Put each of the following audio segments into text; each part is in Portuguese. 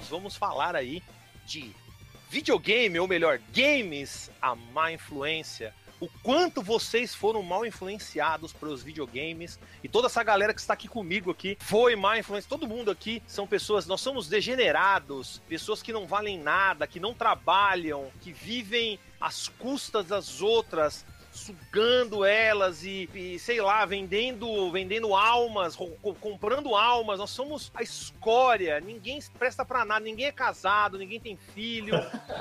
nós vamos falar aí de videogame, ou melhor, games, a má influência. O quanto vocês foram mal influenciados pelos videogames. E toda essa galera que está aqui comigo aqui foi mal influenciada. Todo mundo aqui são pessoas, nós somos degenerados, pessoas que não valem nada, que não trabalham, que vivem às custas das outras, sugando elas e sei lá, vendendo almas, comprando almas. Nós somos a escória, ninguém presta pra nada, ninguém é casado, ninguém tem filho,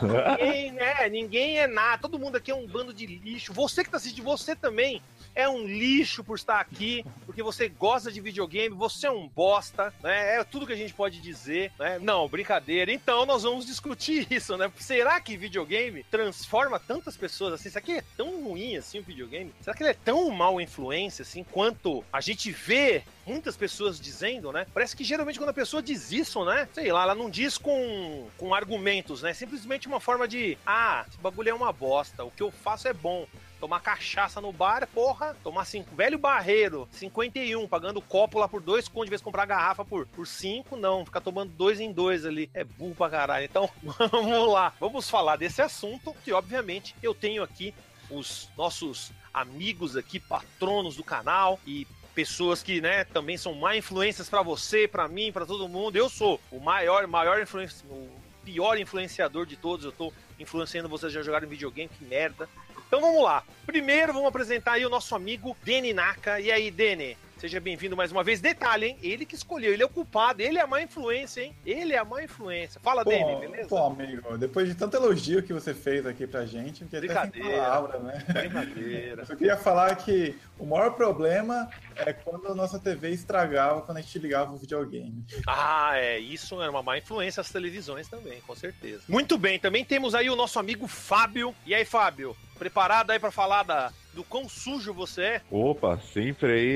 ninguém é nada, todo mundo aqui é um bando de lixo. Você que tá assistindo, você também é um lixo por estar aqui, porque você gosta de videogame, você é um bosta, né? É tudo que a gente pode dizer, né? Não, brincadeira. Então nós vamos discutir isso, né? Será que videogame transforma tantas pessoas assim? Será que é tão ruim assim o videogame? Será que ele é tão mal influência assim quanto a gente vê muitas pessoas dizendo, né? Parece que geralmente quando a pessoa diz isso, né? Sei lá, ela não diz com argumentos, né? Simplesmente uma forma de, esse bagulho é uma bosta, o que eu faço é bom. Tomar cachaça no bar, porra. Tomar velho barreiro, 51, pagando copo lá por 2 conto, de vez de comprar garrafa por 5, não. Ficar tomando 2 em 2 ali. É burro pra caralho. Então, vamos lá. Vamos falar desse assunto, que obviamente eu tenho aqui os nossos amigos aqui, patronos do canal e pessoas que, né, também são má influências pra você, pra mim, pra todo mundo. Eu sou o maior influência, o pior influenciador de todos. Eu tô influenciando vocês a jogarem videogame, que merda. Então vamos lá. Primeiro vamos apresentar aí o nosso amigo Deni Naka. E aí, Deni? Seja bem-vindo mais uma vez. Detalhe, hein? Ele que escolheu, ele é o culpado, ele é a má influência, hein? Ele é a má influência. Fala, Deni, beleza? Pô, amigo, depois de tanto elogio que você fez aqui pra gente, fiquei até sem palavra, né? Brincadeira. Eu só queria falar que o maior problema é quando a nossa TV estragava quando a gente ligava o videogame. Isso era uma má influência às televisões também, com certeza. Muito bem, também temos aí o nosso amigo Fábio. E aí, Fábio? Preparado aí pra falar do quão sujo você é? Opa, sempre aí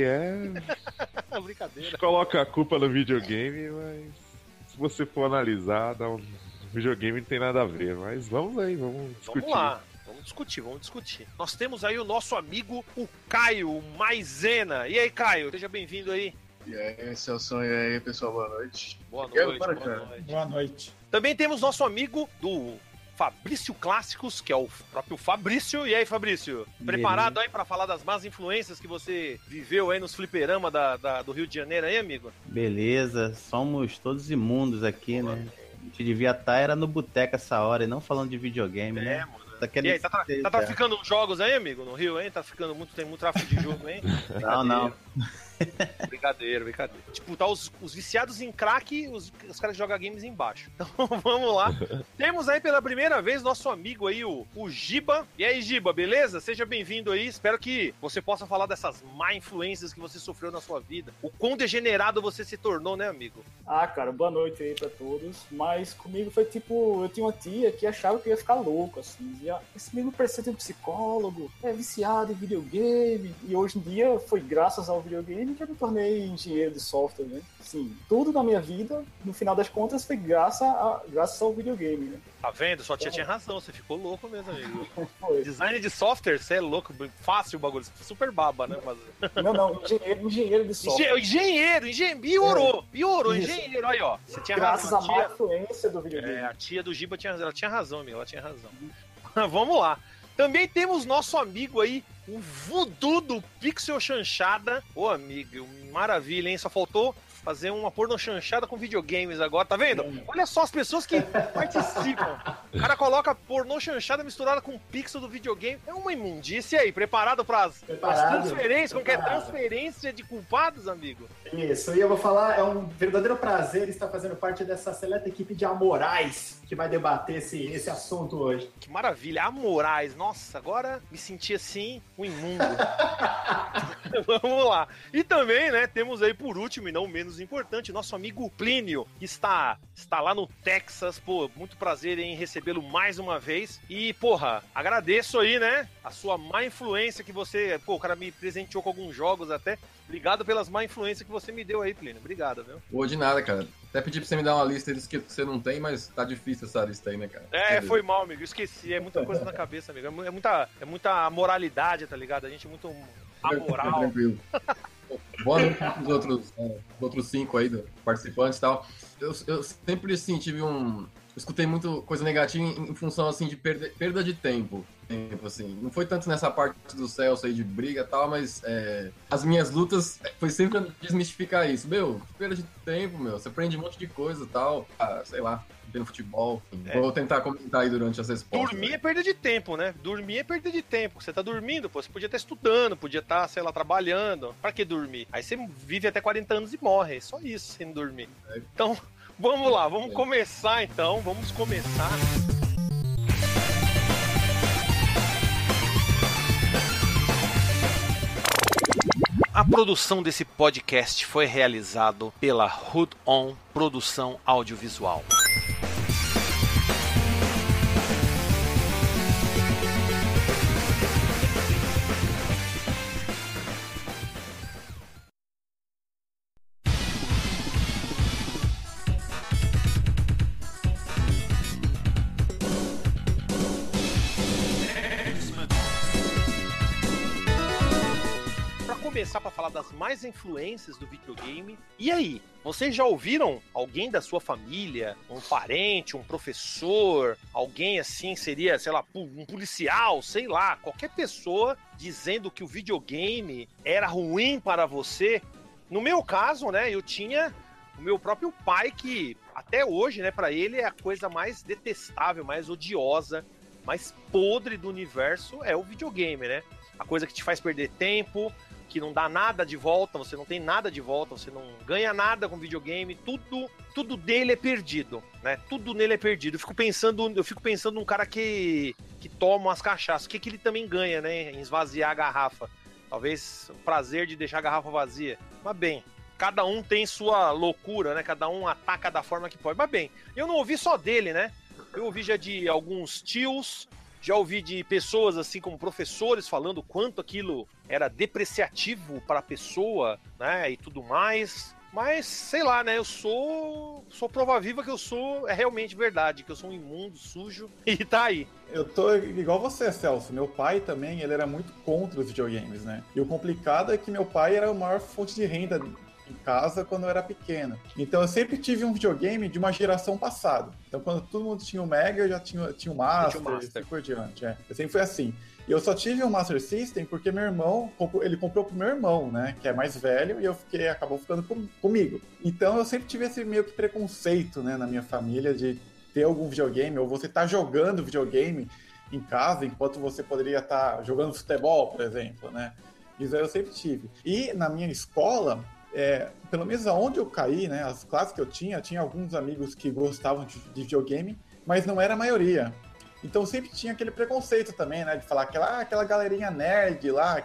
Brincadeira. A gente coloca a culpa no videogame, mas se você for analisar, o videogame não tem nada a ver. Mas vamos aí, vamos discutir. Vamos lá. Vamos discutir. Nós temos aí o nosso amigo, o Caio Maisena. E aí, Caio? Seja bem-vindo aí. E aí, esse é o sonho aí, pessoal. Boa noite. Boa noite. Boa noite. Também temos nosso amigo do Fabrício Clássicos, que é o próprio Fabrício. E aí, Fabrício? Preparado aí pra falar das más influências que você viveu aí nos fliperama do Rio de Janeiro aí, amigo? Beleza, somos todos imundos aqui, né? A gente devia estar no boteco essa hora e não falando de videogame, né? Mano. E aí, tá traficando jogos aí, amigo, no Rio, hein? Tem muito tráfico de jogo, hein? Não. Brincadeira. Tipo, tá os viciados em crack e os caras que jogam games embaixo. Então, vamos lá. Temos aí pela primeira vez nosso amigo aí, o Giba. E aí, Giba, beleza? Seja bem-vindo aí. Espero que você possa falar dessas má influências que você sofreu na sua vida. O quão degenerado você se tornou, né, amigo? Cara, boa noite aí pra todos. Mas comigo foi tipo, eu tinha uma tia que achava que eu ia ficar louco, assim. Dizia, esse menino precisa de um psicólogo, é viciado em videogame. E hoje em dia, foi graças ao videogame que eu me tornei engenheiro de software, né? Sim, tudo na minha vida, no final das contas, foi graças ao videogame, né? Tá vendo? Sua tia tinha razão, você ficou louco mesmo, amigo. Foi. Design de software, você é louco, fácil o bagulho, super baba, né? Não, engenheiro de software. Engenheiro, piorou, Isso. engenheiro, aí ó. Você tinha graças razão. à má influência do videogame. A tia do Giba tinha razão, amigo, ela tinha razão. Vamos lá. Também temos nosso amigo aí, o Voodoo do Pixel Chanchada. Ô, amigo, maravilha, hein? Só faltou fazer uma porno chanchada com videogames agora, tá vendo? Olha só as pessoas que participam. O cara coloca pornô chanchada misturada com pixel do videogame. É uma imundícia. E aí, preparado pras transferências? Como que é? Transferência de culpados, amigo? Isso, e eu vou falar, é um verdadeiro prazer estar fazendo parte dessa seleta equipe de amorais que vai debater esse assunto hoje. Que maravilha, amorais. Nossa, agora me senti assim, um imundo. Vamos lá. E também, né, temos aí por último e não menos importante, nosso amigo Plínio, que está lá no Texas. Pô, muito prazer em recebê-lo mais uma vez. E, porra, agradeço aí, né, a sua má influência que você... Pô, o cara me presenteou com alguns jogos até. Obrigado pelas má influências que você me deu aí, Plínio. Obrigado, viu? Pô, de nada, cara. Até pedi pra você me dar uma lista dos que você não tem, mas tá difícil essa lista aí, né, cara? Foi mal, amigo. Esqueci. É muita coisa na cabeça, amigo. É muita moralidade, tá ligado? A gente é muito amoral. Tranquilo. Boa noite para os outros 5 aí, participantes e tal. Eu sempre, assim, eu escutei muito coisa negativa em função, assim, de perda de tempo, assim. Não foi tanto nessa parte do Celso aí de briga e tal, mas as minhas lutas foi sempre desmistificar isso. Meu, perda de tempo, você aprende um monte de coisa e tal. Sei lá, no futebol. Vou tentar comentar aí durante as respostas. Dormir é perda de tempo, né? Dormir é perda de tempo. Você tá dormindo, pô, você podia estar estudando, podia estar, sei lá, trabalhando. Pra que dormir? Aí você vive até 40 anos e morre. É só isso, sem dormir. Então, vamos lá, vamos começar então. Vamos começar. A produção desse podcast foi realizado pela Hood On Produção Audiovisual. Começar para falar das mais influências do videogame. E aí, vocês já ouviram alguém da sua família, um parente, um professor, alguém assim, seria, sei lá, um policial, sei lá, qualquer pessoa dizendo que o videogame era ruim para você? No meu caso, né, eu tinha o meu próprio pai que até hoje, né, para ele é a coisa mais detestável, mais odiosa, mais podre do universo é o videogame, né? A coisa que te faz perder tempo, que não dá nada de volta, você não tem nada de volta, você não ganha nada com videogame, tudo dele é perdido, né? Tudo nele é perdido. Eu fico pensando num cara que toma umas cachaças, o que ele também ganha, né? Em esvaziar a garrafa. Talvez o prazer de deixar a garrafa vazia. Mas bem, cada um tem sua loucura, né? Cada um ataca da forma que pode. Mas bem, eu não ouvi só dele, né? Eu ouvi já de alguns tios, já ouvi de pessoas, assim, como professores, falando quanto aquilo era depreciativo para a pessoa, né, e tudo mais. Mas, sei lá, né, eu sou prova viva que eu sou, é realmente verdade, que eu sou um imundo, sujo, e tá aí. Eu tô igual você, Celso. Meu pai também, ele era muito contra os videogames, né? E o complicado é que meu pai era a maior fonte de renda em casa quando eu era pequeno. Então eu sempre tive um videogame de uma geração passada. Então quando todo mundo tinha o Mega, eu já tinha o Master, e assim por diante. Eu sempre fui assim. E eu só tive o Master System porque meu irmão, ele comprou pro meu irmão, né, que é mais velho, e acabou ficando comigo. Então eu sempre tive esse meio que preconceito, né, na minha família de ter algum videogame, ou você tá jogando videogame em casa, enquanto você poderia estar jogando futebol, por exemplo, né. Isso aí eu sempre tive. E na minha escola, pelo menos aonde eu caí, né, as classes que eu tinha alguns amigos que gostavam de videogame, mas não era a maioria. Então sempre tinha aquele preconceito também, né, de falar aquela galerinha nerd lá,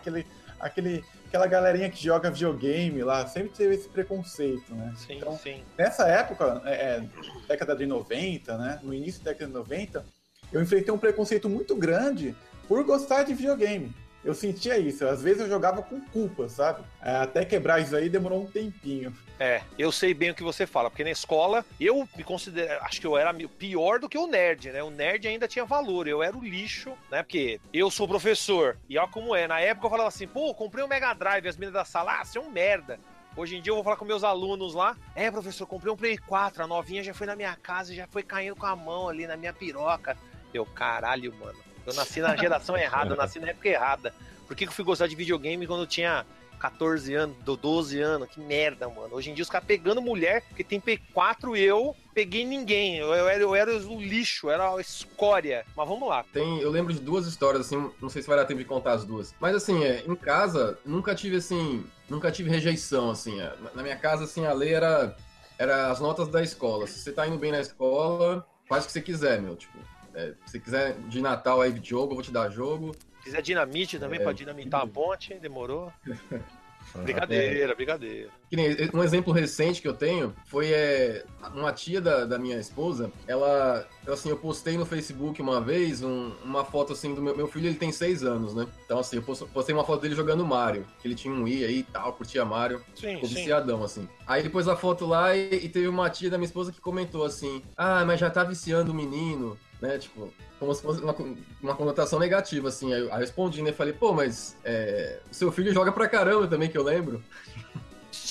aquela galerinha que joga videogame lá, sempre teve esse preconceito, né. Sim, então, sim. Nessa época, década de 90, né, no início da década de 90, eu enfrentei um preconceito muito grande por gostar de videogame. Eu sentia isso, às vezes eu jogava com culpa, sabe? Até quebrar isso aí demorou um tempinho. Eu sei bem o que você fala, porque na escola eu me considero, acho que eu era pior do que o nerd, né? O nerd ainda tinha valor, eu era o lixo, né? Porque eu sou professor, e olha como é, na época eu falava assim, pô, comprei um Mega Drive, as meninas da sala, você é um merda. Hoje em dia eu vou falar com meus alunos lá, professor, comprei um Play 4, a novinha já foi na minha casa e já foi caindo com a mão ali na minha piroca. Eu, caralho, mano. Eu nasci na geração errada, eu nasci na época errada. Por que eu fui gostar de videogame quando eu tinha 14 anos, 12 anos? Que merda, mano. Hoje em dia os caras pegando mulher, porque tem P4 e eu peguei ninguém. Eu era o lixo, era a escória. Mas vamos lá. Eu lembro de 2 histórias, assim, não sei se vai dar tempo de contar as 2. Mas assim, em casa, nunca tive rejeição, assim. Na minha casa, assim, a lei era as notas da escola. Se você tá indo bem na escola, faz o que você quiser, meu. Tipo, se você quiser de Natal aí de jogo, eu vou te dar jogo. Se quiser dinamite também, pra dinamitar a ponte, demorou. Brincadeira. Que nem um exemplo recente que eu tenho foi uma tia da minha esposa. Ela, assim, eu postei no Facebook uma vez uma foto assim do meu filho, ele tem 6 anos, né? Então, assim, eu postei uma foto dele jogando Mario, que ele tinha um Wii aí e tal, curtia Mario, ficou viciadão, assim. Aí ele pôs a foto lá e teve uma tia da minha esposa que comentou assim: mas já tá viciando o menino, né? Tipo, como se fosse uma conotação negativa, assim. Aí eu respondi, né? Falei, pô, mas o seu filho joga pra caramba também, que eu lembro.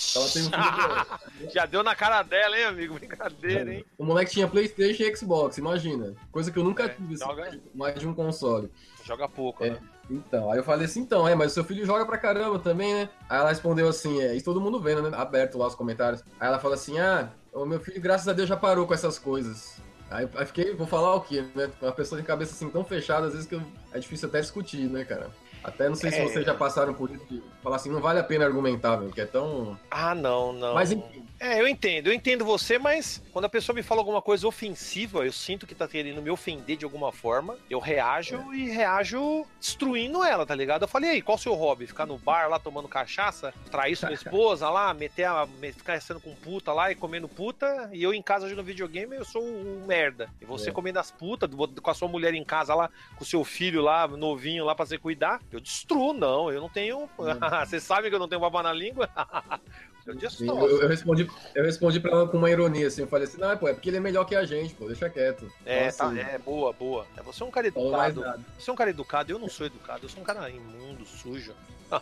Ela tem um filho Já deu na cara dela, hein, amigo? Brincadeira, hein? O moleque tinha PlayStation e Xbox, imagina. Coisa que eu nunca tive, assim, joga- mais de um console. Joga pouco, É. né? Então, aí eu falei assim, então, mas o seu filho joga pra caramba também, né? Aí ela respondeu assim, isso todo mundo vendo, né? Aberto lá os comentários. Aí ela fala assim, o meu filho, graças a Deus, já parou com essas coisas. Aí fiquei, vou falar o quê, né? Uma pessoa de cabeça assim tão fechada, às vezes que é difícil até discutir, né, cara? Até não sei se vocês já passaram por isso, de falar assim, não vale a pena argumentar, velho, que é tão... Ah, não. Mas enfim. Eu entendo você, mas quando a pessoa me fala alguma coisa ofensiva, eu sinto que tá querendo me ofender de alguma forma, eu reajo e reajo destruindo ela, tá ligado? Eu falei, aí, qual o seu hobby? Ficar no bar lá tomando cachaça, trair sua esposa lá, ficar sendo com puta lá e comendo puta, e eu em casa jogando videogame, eu sou um merda. E você comendo as putas, com a sua mulher em casa lá, com o seu filho lá, novinho lá pra você cuidar, eu destruo, não, eu não tenho... Você sabe que eu não tenho babá na língua? Eu destroço. Eu respondi pra ela com uma ironia, assim, eu falei assim, não, pô, é porque ele é melhor que a gente, pô, deixa quieto. Boa. Você é um cara Falou mais educado. nada. Você é um cara educado, eu não sou educado, eu sou um cara imundo, sujo.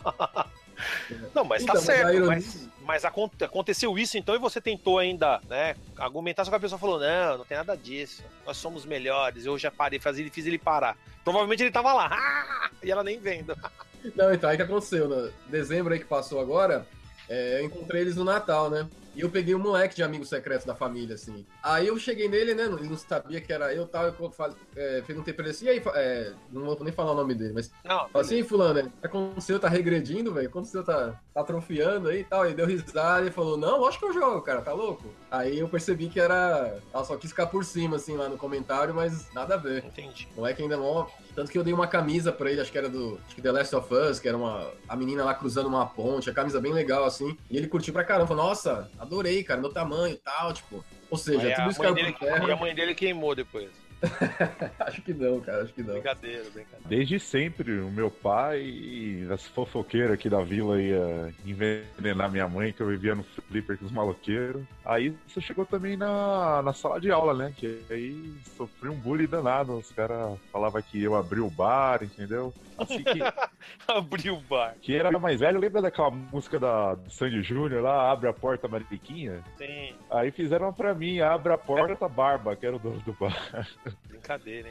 Não, mas Então, tá mas certo, a ironia- mas aconteceu isso, então, e você tentou ainda, né, argumentar, só que a pessoa falou, não tem nada disso, nós somos melhores, eu já parei, fiz ele parar. Provavelmente ele tava lá, e ela nem vendo. Não, então, aí que aconteceu, né? Dezembro aí que passou agora, eu encontrei eles no Natal, né? E eu peguei um moleque de amigo secreto da família, assim. Aí eu cheguei nele, né? Ele não sabia que era eu e tal. Eu perguntei pra ele assim, e aí, não vou nem falar o nome dele, mas. Não, Falei assim, fulano, o que aconteceu? Tá regredindo, velho? Aconteceu, tá atrofiando aí e tal. Ele deu risada e falou, não, lógico que eu jogo, cara, tá louco? Aí eu percebi que ela só quis ficar por cima, assim, lá no comentário, mas nada a ver. entendi. O moleque ainda é mó. Tanto que eu dei uma camisa pra ele, acho que era The Last of Us, que era a menina lá cruzando uma ponte, a camisa bem legal, assim. E ele curtiu pra caramba, falou, nossa, adorei, cara, meu tamanho e tal, tipo. Ou seja, Aí tudo isso caiu por e a terra. mãe dele queimou depois. Acho que não, cara, acho que não. Brincadeira. Desde sempre, o meu pai e as fofoqueiras aqui da vila ia envenenar minha mãe, que eu vivia no flipper com os maloqueiros. Aí isso chegou também na sala de aula, né? Que aí sofri um bullying danado. Os caras falavam que eu abri o bar, entendeu? Assim que... Abriu o bar. Que era mais velho, lembra daquela música do Sandy Júnior lá, Abre a Porta Mariquinha? Sim, Aí fizeram pra mim, Abre a Porta Barba, que era o dono do bar. brincadeira, hein?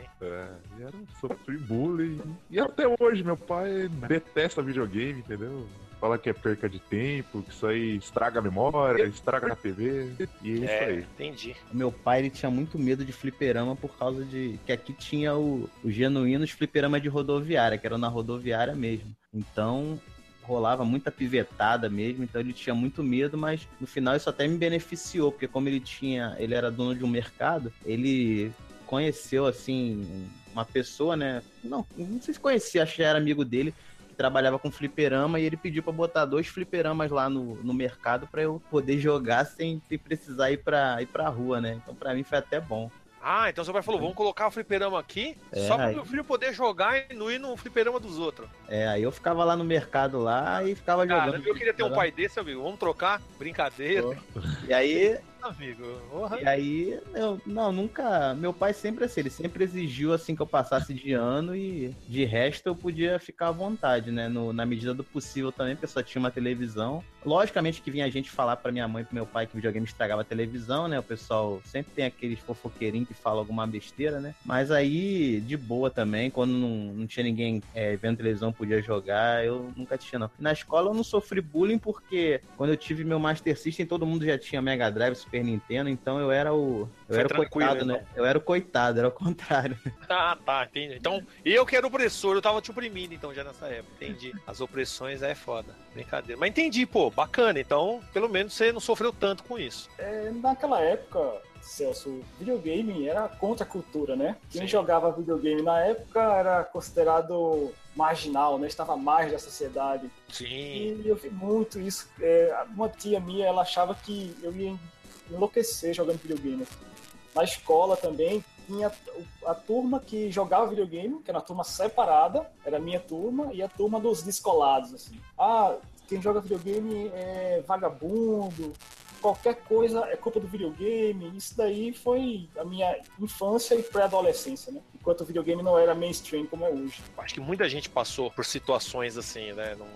Sofri bullying. E até hoje, meu pai detesta videogame, entendeu? Fala que é perca de tempo, que isso aí estraga a memória, estraga a TV. E é isso aí. Entendi. Meu pai, ele tinha muito medo de fliperama por causa de que aqui tinha o genuínos fliperama de rodoviária, que era na rodoviária mesmo. Então, rolava muita pivetada mesmo, então ele tinha muito medo, mas no final isso até me beneficiou, porque como ele era dono de um mercado, ele conheceu, assim, uma pessoa, né? Não sei se conhecia, acho que já era amigo dele, trabalhava com fliperama, e ele pediu pra botar 2 fliperamas lá no mercado pra eu poder jogar sem precisar ir pra rua, né? Então pra mim foi até bom. Ah, então seu pai falou, vamos colocar o fliperama aqui, só pro meu filho poder jogar e não ir no fliperama dos outros. Aí eu ficava lá no mercado lá e ficava jogando. Cara, eu queria ter um pai desse, amigo. Vamos trocar? Brincadeira. E aí... Amigo, E aí, nunca... Meu pai sempre assim, ele sempre exigiu assim que eu passasse de ano, e de resto eu podia ficar à vontade, né? Na medida do possível também, porque eu só tinha uma televisão. Logicamente que vinha gente falar pra minha mãe e pro meu pai que o videogame estragava a televisão, né? O pessoal sempre tem aqueles fofoqueirinhos que falam alguma besteira, né? Mas aí, de boa também, quando não tinha ninguém vendo televisão, podia jogar, eu nunca tinha, não. Na escola eu não sofri bullying porque quando eu tive meu Master System, todo mundo já tinha Mega Drive, Super Nintendo, então eu era o coitado, né? Eu era o coitado, era o contrário. Ah, tá, entendi. Então, eu que era opressor, eu tava te oprimindo, então, já nessa época. Entendi. As opressões é foda. Brincadeira. Mas entendi, pô, bacana. Então, pelo menos você não sofreu tanto com isso. Naquela época, Celso, videogame era contra a cultura, né? Quem Sim. jogava videogame na época era considerado marginal, né? Estava à margem da sociedade. Sim. E eu vi muito isso. Uma tia minha, ela achava que eu ia enlouquecer jogando videogame. Na escola também tinha a turma que jogava videogame, que era uma turma separada, era a minha turma, e a turma dos descolados, assim. Quem joga videogame é vagabundo, qualquer coisa é culpa do videogame. Isso daí foi a minha infância e pré-adolescência, né? Enquanto o videogame não era mainstream como é hoje. Acho que muita gente passou por situações assim, né? Não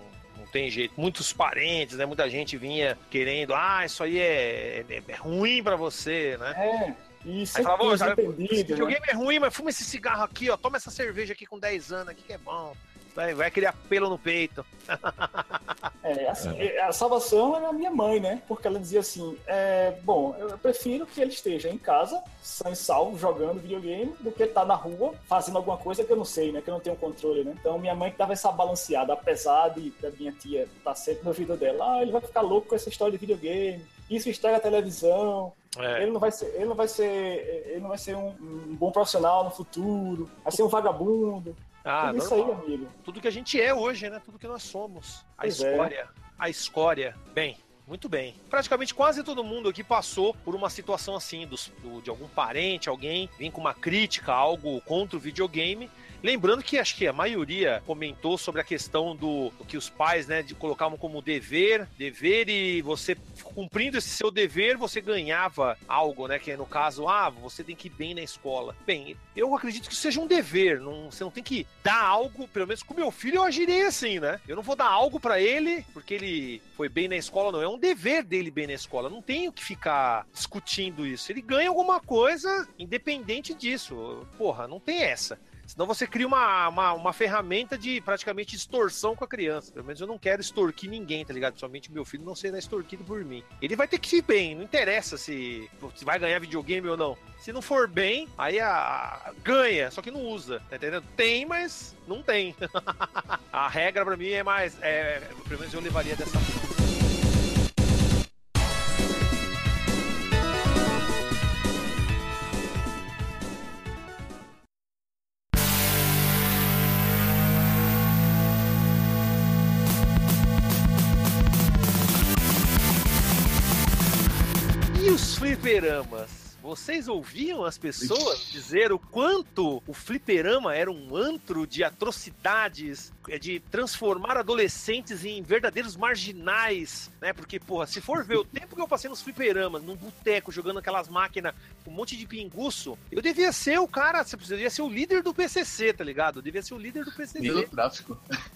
tem jeito. Muitos parentes, né? Muita gente vinha querendo, isso aí é ruim pra você, né? E Aí sempre falava, tem dependido, videogame é ruim, mas fuma esse cigarro aqui, ó. Toma essa cerveja aqui com 10 anos aqui que é bom. Vai criar pelo no peito. A salvação era a minha mãe, né? Porque ela dizia assim, bom, eu prefiro que ele esteja em casa, sã e salvo, jogando videogame, do que estar na rua, fazendo alguma coisa que eu não sei, né? Que eu não tenho controle, né? Então minha mãe que dava essa balanceada, apesar da minha tia estar sempre no ouvido dela, ele vai ficar louco com essa história de videogame, isso estraga a televisão. Ele não vai ser um bom profissional no futuro, vai ser um vagabundo. Tudo isso aí, amigo. Tudo que a gente é hoje, né? Tudo que nós somos. A escória. Bem, muito bem. Praticamente quase todo mundo aqui passou por uma situação assim, de algum parente, alguém vir com uma crítica, algo contra o videogame. Lembrando que acho que a maioria comentou sobre a questão do que os pais, né, colocavam como dever, e você cumprindo esse seu dever, você ganhava algo, né, que é no caso, você tem que ir bem na escola. Bem, eu acredito que isso seja um dever, você não tem que dar algo, pelo menos com meu filho eu agirei assim, né? Eu não vou dar algo pra ele, porque ele foi bem na escola, não. É um dever dele bem na escola, não tenho que ficar discutindo isso. Ele ganha alguma coisa independente disso. Porra, não tem essa. Senão você cria uma ferramenta de praticamente extorsão com a criança. Pelo menos eu não quero extorquir ninguém, tá ligado? Principalmente meu filho não será extorquido por mim. Ele vai ter que ir bem, não interessa se vai ganhar videogame ou não. Se não for bem, aí ganha, só que não usa, tá entendendo? Tem, mas não tem. A regra pra mim é mais... pelo menos eu levaria dessa forma. Os fliperamas. Vocês ouviam as pessoas dizer o quanto o fliperama era um antro de atrocidades, de transformar adolescentes em verdadeiros marginais, né? Porque, porra, se for ver o tempo que eu passei nos fliperamas, num boteco, jogando aquelas máquinas com um monte de pinguço, eu devia ser o cara, eu devia ser o líder do PCC, tá ligado? Eu devia ser o líder do PCC. Líder do tráfico.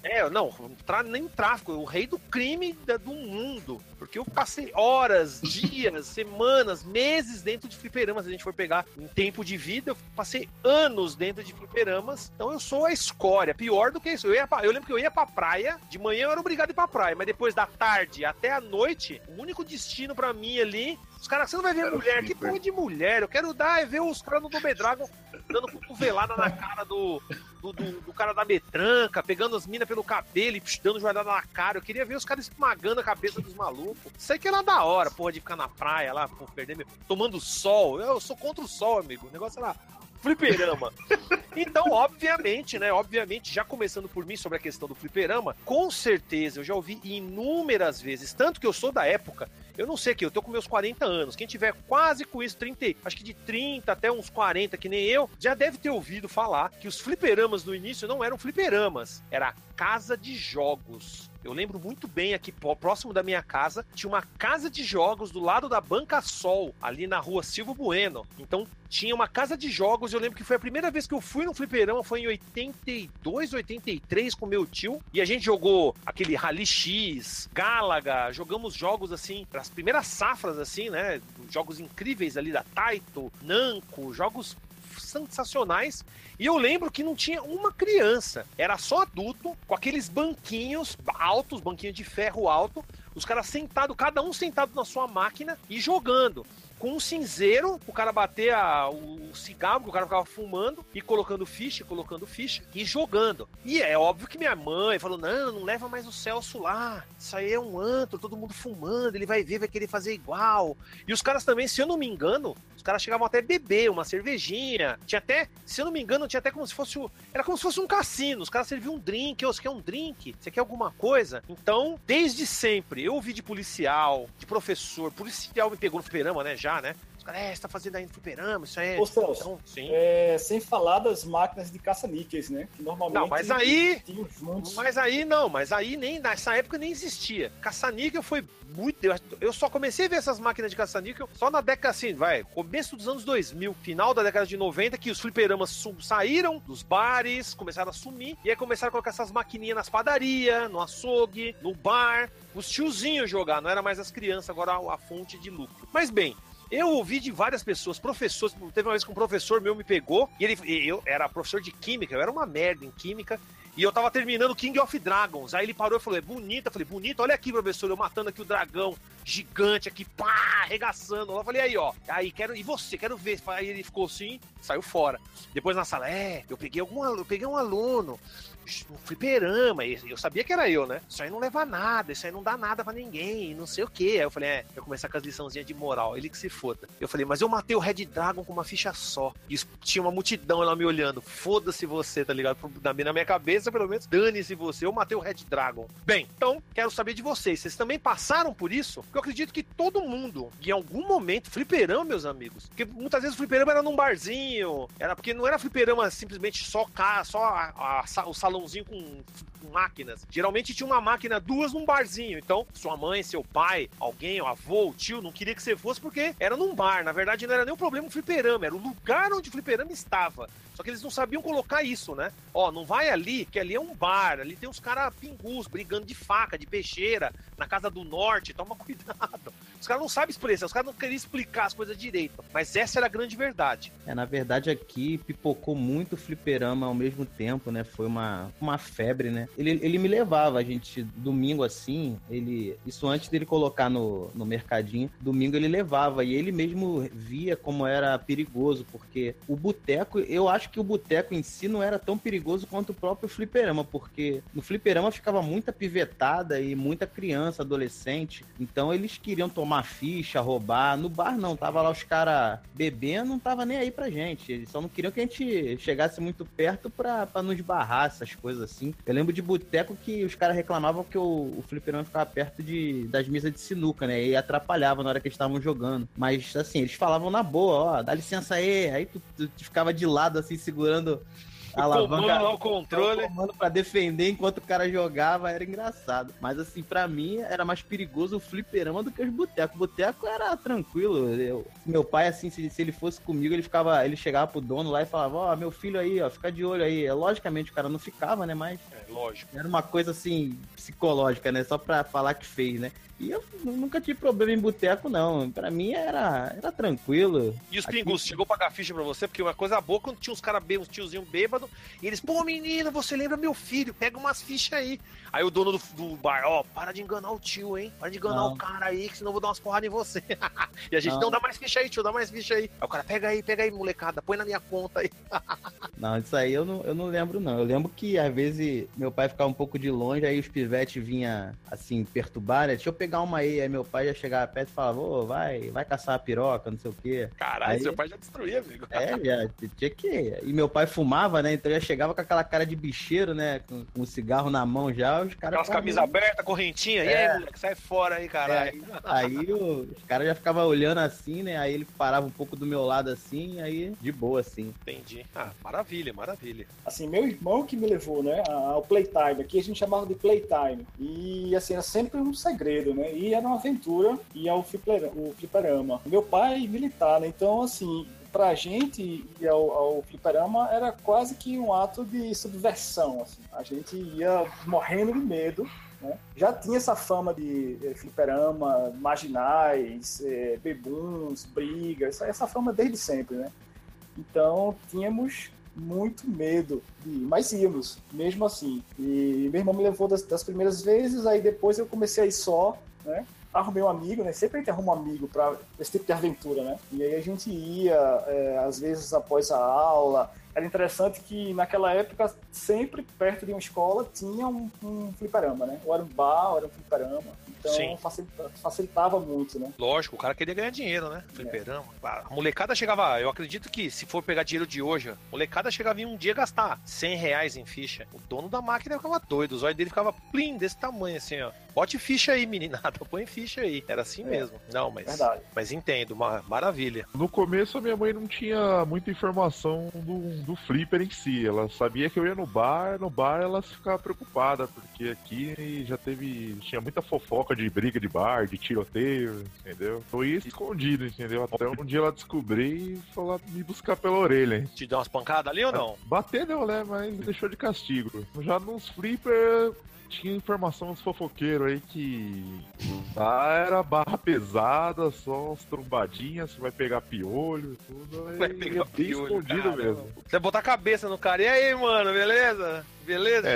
Nem o tráfico, o rei do crime do mundo. Porque eu passei horas, dias, semanas, meses dentro de fliperamas. Se a gente for pegar em tempo de vida, eu passei anos dentro de fliperamas. Então eu sou a escória. Pior do que isso. Eu lembro que eu ia pra praia. De manhã eu era obrigado a ir pra praia. Mas depois da tarde até a noite, o único destino pra mim ali... Os caras, você não vai ver mulher. Que porra de mulher? Eu quero ver os caras no Double Dragon dando cotovelada na cara do cara da metranca, pegando as minas pelo cabelo e dando joelhada na cara. Eu queria ver os caras esmagando a cabeça dos malucos. Isso aí que era da hora, porra, de ficar na praia lá, tomando sol. Eu sou contra o sol, amigo. O negócio era fliperama. Então, obviamente, já começando por mim sobre a questão do fliperama, com certeza eu já ouvi inúmeras vezes, tanto que eu sou da época, eu não sei aqui, eu tô com meus 40 anos, quem tiver quase com isso, acho que de 30 até uns 40, que nem eu, já deve ter ouvido falar que os fliperamas no início não eram fliperamas, era casa de jogos. Eu lembro muito bem aqui, próximo da minha casa, tinha uma casa de jogos do lado da Banca Sol, ali na rua Silvio Bueno. Então, tinha uma casa de jogos, eu lembro que foi a primeira vez que eu fui no fliperama, foi em 82, 83, com meu tio, e a gente jogou aquele Rally X, Galaga, jogamos jogos assim, as primeiras safras assim, né, jogos incríveis ali da Taito, Namco, jogos sensacionais, e eu lembro que não tinha uma criança, era só adulto, com aqueles banquinhos altos, banquinhos de ferro alto, os caras sentados, cada um sentado na sua máquina e jogando. Com um cinzeiro, o cara bater o cigarro, que o cara ficava fumando e colocando ficha e jogando. E é óbvio que minha mãe falou, não leva mais o Celso lá, isso aí é um antro, todo mundo fumando, ele vai ver, vai querer fazer igual. E os caras também, se eu não me engano, os caras chegavam até a beber uma cervejinha, tinha até, se eu não me engano, tinha até como se fosse, era como se fosse um cassino, os caras serviam um drink, você quer um drink? Você quer alguma coisa? Então, desde sempre, eu ouvi de policial, de professor, policial me pegou no fliperama, né, já, né? Você tá fazendo aí no fliperama, isso é... Ô, Celso, Então, sim. sem falar das máquinas de caça-níqueis, né? Que normalmente Não, mas aí... tinham juntos. Mas aí nem nessa época nem existia. Caça-níquel foi muito... Eu só comecei a ver essas máquinas de caça-níquel só na década, assim, começo dos anos 2000, final da década de 90, que os fliperamas saíram dos bares, começaram a sumir, e aí começaram a colocar essas maquininhas nas padarias, no açougue, no bar, os tiozinhos jogar, não era mais as crianças, agora a fonte de lucro. Mas bem, eu ouvi de várias pessoas, professores, teve uma vez que um professor meu me pegou, e eu era professor de química, eu era uma merda em química, e eu tava terminando King of Dragons. Aí ele parou e falou, é bonita. Eu falei, bonito, olha aqui, professor, eu matando aqui o dragão gigante aqui, pá, arregaçando. Eu falei, aí, ó, aí, e você, quero ver. Aí ele ficou assim, saiu fora. Depois na sala, eu peguei um aluno, um fliperama, eu sabia que era eu, né? Isso aí não leva a nada, isso aí não dá nada pra ninguém, não sei o quê. Aí eu falei, eu começar com as liçãozinhas de moral, ele que se foda. Eu falei, mas eu matei o Red Dragon com uma ficha só. E tinha uma multidão lá me olhando. Foda-se você, tá ligado? Na minha cabeça, pelo menos, dane-se você, eu matei o Red Dragon. Bem, então, quero saber de vocês. Vocês também passaram por isso? Porque eu acredito que todo mundo, em algum momento, fliperama, meus amigos. Porque muitas vezes o fliperama era num barzinho, era porque não era fliperama simplesmente só o salãozinho com máquinas. Geralmente tinha uma máquina, duas num barzinho. Então, sua mãe, seu pai, alguém, o avô, o tio, não queria que você fosse porque era num bar. Na verdade, não era nem o problema o fliperama, era o lugar onde o fliperama estava. Só que eles não sabiam colocar isso, né? Ó, não vai ali, que ali é um bar, ali tem uns caras pingus, brigando de faca, de peixeira, na Casa do Norte, toma cuidado. Os caras não sabem expressar, os caras não queriam explicar as coisas direito. Mas essa era a grande verdade. Na verdade, aqui pipocou muito fliperama ao mesmo tempo, né? Foi uma febre, né? Ele me levava, a gente, domingo assim, isso antes dele colocar no mercadinho, domingo ele levava, e ele mesmo via como era perigoso, porque o boteco, eu acho que o boteco em si não era tão perigoso quanto o próprio fliperama, porque no fliperama ficava muita pivetada e muita criança, adolescente, então eles queriam tomar ficha, roubar. No bar não, tava lá os caras bebendo, não tava nem aí pra gente, eles só não queriam que a gente chegasse muito perto pra nos barrar, essas coisas assim. Eu lembro de boteco que os caras reclamavam que o fliperama ficava perto das mesas de sinuca, né, e atrapalhava na hora que eles estavam jogando, mas assim, eles falavam na boa, ó, dá licença aí tu ficava de lado assim, segurando a alavanca, o controle, comando pra defender enquanto o cara jogava, era engraçado. Mas assim, pra mim, era mais perigoso o fliperama do que os botecos. O boteco era tranquilo. Meu pai, assim, se ele fosse comigo, ele chegava pro dono lá e falava, ó, meu filho aí, ó, fica de olho aí. Logicamente, o cara não ficava, né, mas... lógico. Era uma coisa, assim, psicológica, né, só pra falar que fez, né. E eu nunca tive problema em boteco, não. Pra mim era tranquilo. E os pingus, chegou a pagar ficha pra você? Porque uma coisa boa, quando tinha uns caras uns tiozinhos bêbados, e eles, pô, menino, você lembra meu filho? Pega umas fichas aí. Aí o dono do bar, ó, para de enganar o tio, hein? Para de enganar o cara aí, que senão eu vou dar umas porradas em você. E a gente, não, dá mais ficha aí, tio, dá mais ficha aí. Aí o cara, pega aí, molecada, põe na minha conta aí. Não, isso aí eu não lembro, não. Eu lembro que, às vezes, meu pai ficava um pouco de longe, aí os pivetes vinham, assim, perturbar, né? Deixa eu pegar uma aí meu pai já chegava perto e falava, ô, vai caçar a piroca, não sei o quê. Caralho, aí, seu pai já destruía, amigo. Já tinha que... E meu pai fumava, né? Então já chegava com aquela cara de bicheiro, né? Com um cigarro na mão já, os caras... Aquelas camisas abertas, correntinha, e aí, moleque, sai fora aí, caralho. Aí os caras já ficavam olhando assim, né? Aí ele parava um pouco do meu lado assim, aí de boa, assim. Entendi. Ah, maravilha, maravilha. Assim, meu irmão que me levou, né, ao Playtime, aqui a gente chamava de Playtime, e assim, era sempre um segredo, né, e era uma aventura, e ao fliperama. Meu pai militar, né, então assim, pra gente ir ao fliperama era quase que um ato de subversão, assim. A gente ia morrendo de medo, né? Já tinha essa fama de fliperama, marginais, bebuns, brigas, essa fama desde sempre, né? Então tínhamos muito medo de ir, mas íamos, mesmo assim. E meu irmão me levou das primeiras vezes, aí depois eu comecei a ir só, né? Arrumei um amigo, né? Sempre a gente arruma um amigo para esse tipo de aventura, né? E aí a gente ia, às vezes após a aula. Era interessante que naquela época, sempre perto de uma escola, tinha um fliperama, né? Ou era um bar, ou era um fliperama. Então facilitava muito, né? Lógico, o cara queria ganhar dinheiro, né? Fliperama. A molecada chegava, eu acredito que se for pegar dinheiro de hoje, a molecada chegava em um dia gastar R$100 em ficha. O dono da máquina ficava doido, os olhos dele ficava plim, desse tamanho assim, ó. Bote ficha aí, meninada. Põe ficha aí. Era assim mesmo. Não, Verdade. mas entendo. Uma maravilha. No começo, a minha mãe não tinha muita informação do flipper em si. Ela sabia que eu ia no bar ela ficava preocupada, porque aqui tinha muita fofoca de briga de bar, de tiroteio, entendeu? Foi escondido, entendeu? Até um dia ela descobriu e foi lá me buscar pela orelha, hein? Te deu umas pancadas ali ou não? Bater não, né? Mas deixou de castigo. Já nos flipper tinha informação dos fofoqueiros aí que era barra pesada, só umas trombadinhas, você vai pegar piolho e tudo. Vai pegar bem piolho, escondido cara. mesmo. Você vai botar a cabeça no cara. E aí, mano, beleza? Beleza?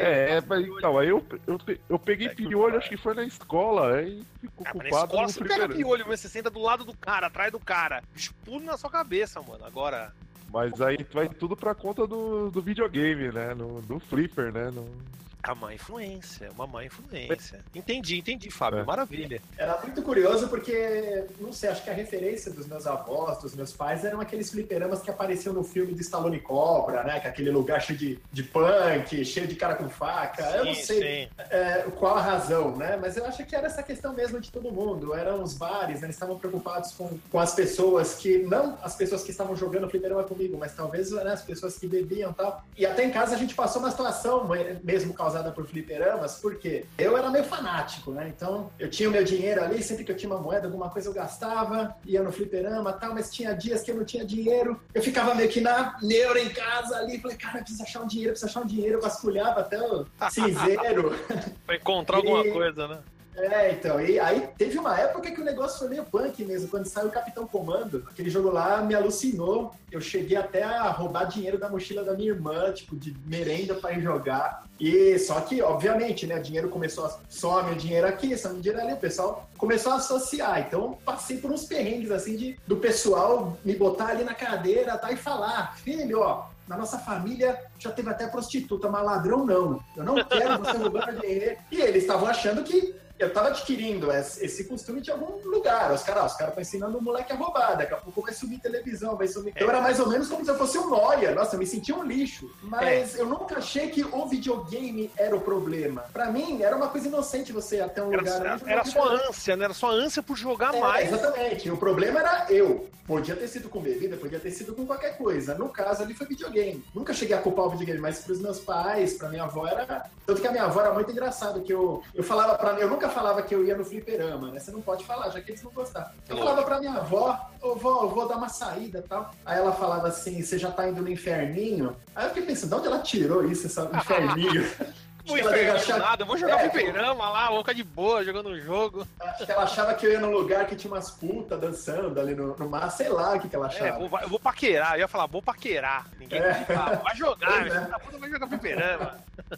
Mas então, aí eu peguei piolho, acho que foi na escola, aí ficou Na culpado escola no você pega fliperama. piolho, mas você senta do lado do cara, atrás do cara. Bicho, pula na sua cabeça, mano. Agora... Mas aí vai tudo pra conta do videogame, né? Do flipper, né? A má influência, uma má influência. Entendi, Fábio. Maravilha. Era muito curioso porque, não sei, acho que a referência dos meus avós, dos meus pais, eram aqueles fliperamas que apareciam no filme do Stallone Cobra, né? Que é aquele lugar cheio de punk, cheio de cara com faca. Eu não sei qual a razão, né? Mas eu acho que era essa questão mesmo de todo mundo. Eram os bares, né? Eles estavam preocupados com as pessoas que, não as pessoas que estavam jogando fliperama comigo, mas talvez, né, as pessoas que bebiam e tal. E até em casa a gente passou uma situação mesmo causada por fliperamas, porque eu era meio fanático, né? Então, eu tinha o meu dinheiro ali, sempre que eu tinha uma moeda, alguma coisa eu gastava, ia no fliperama e tal, mas tinha dias que eu não tinha dinheiro, eu ficava meio que na neura em casa ali, falei, cara, preciso achar um dinheiro, eu vasculhava até o cinzeiro. Pra encontrar alguma coisa, né? Então, e aí teve uma época que o negócio foi meio punk mesmo, quando saiu o Capitão Comando, aquele jogo lá me alucinou, eu cheguei até a roubar dinheiro da mochila da minha irmã, tipo, de merenda pra ir jogar, e só que, obviamente, né, o dinheiro começou some o dinheiro aqui, some o dinheiro ali, o pessoal começou a associar, então passei por uns perrengues, assim, do pessoal me botar ali na cadeira, tá, e falar, filho, ó, na nossa família já teve até prostituta, mas ladrão não, eu não quero você roubando dinheiro, e eles estavam achando que eu tava adquirindo esse costume de algum lugar. Os caras estão ensinando o moleque a roubar. Daqui a pouco vai subir televisão, vai subir... Então era mais ou menos como se eu fosse um nóia. Nossa, eu me sentia um lixo. Mas eu nunca achei que o videogame era o problema. Pra mim, era uma coisa inocente você ir até um lugar... Era sua ânsia, né? Era sua ânsia por jogar mais. Exatamente. O problema era eu. Podia ter sido com bebida, podia ter sido com qualquer coisa. No caso ali foi videogame. Nunca cheguei a culpar o videogame, mas pros meus pais, pra minha avó era... Tanto que a minha avó era muito engraçado, que eu falava pra mim... Eu nunca falava que eu ia no fliperama, né? Você não pode falar, já que eles não gostavam. Eu falava pra minha avó, vó, eu vou dar uma saída e tal. Aí ela falava assim, você já tá indo no inferninho? Aí eu fiquei pensando, de onde ela tirou isso, esse inferninho? Não nada, eu vou jogar fliperama lá, vou ficar de boa jogando um jogo. Acho que ela achava que eu ia num lugar que tinha umas putas dançando ali no mar, sei lá o que ela achava. Eu vou paquerar, eu ia falar, vou paquerar. Ninguém vai jogar, vai jogar fliperama.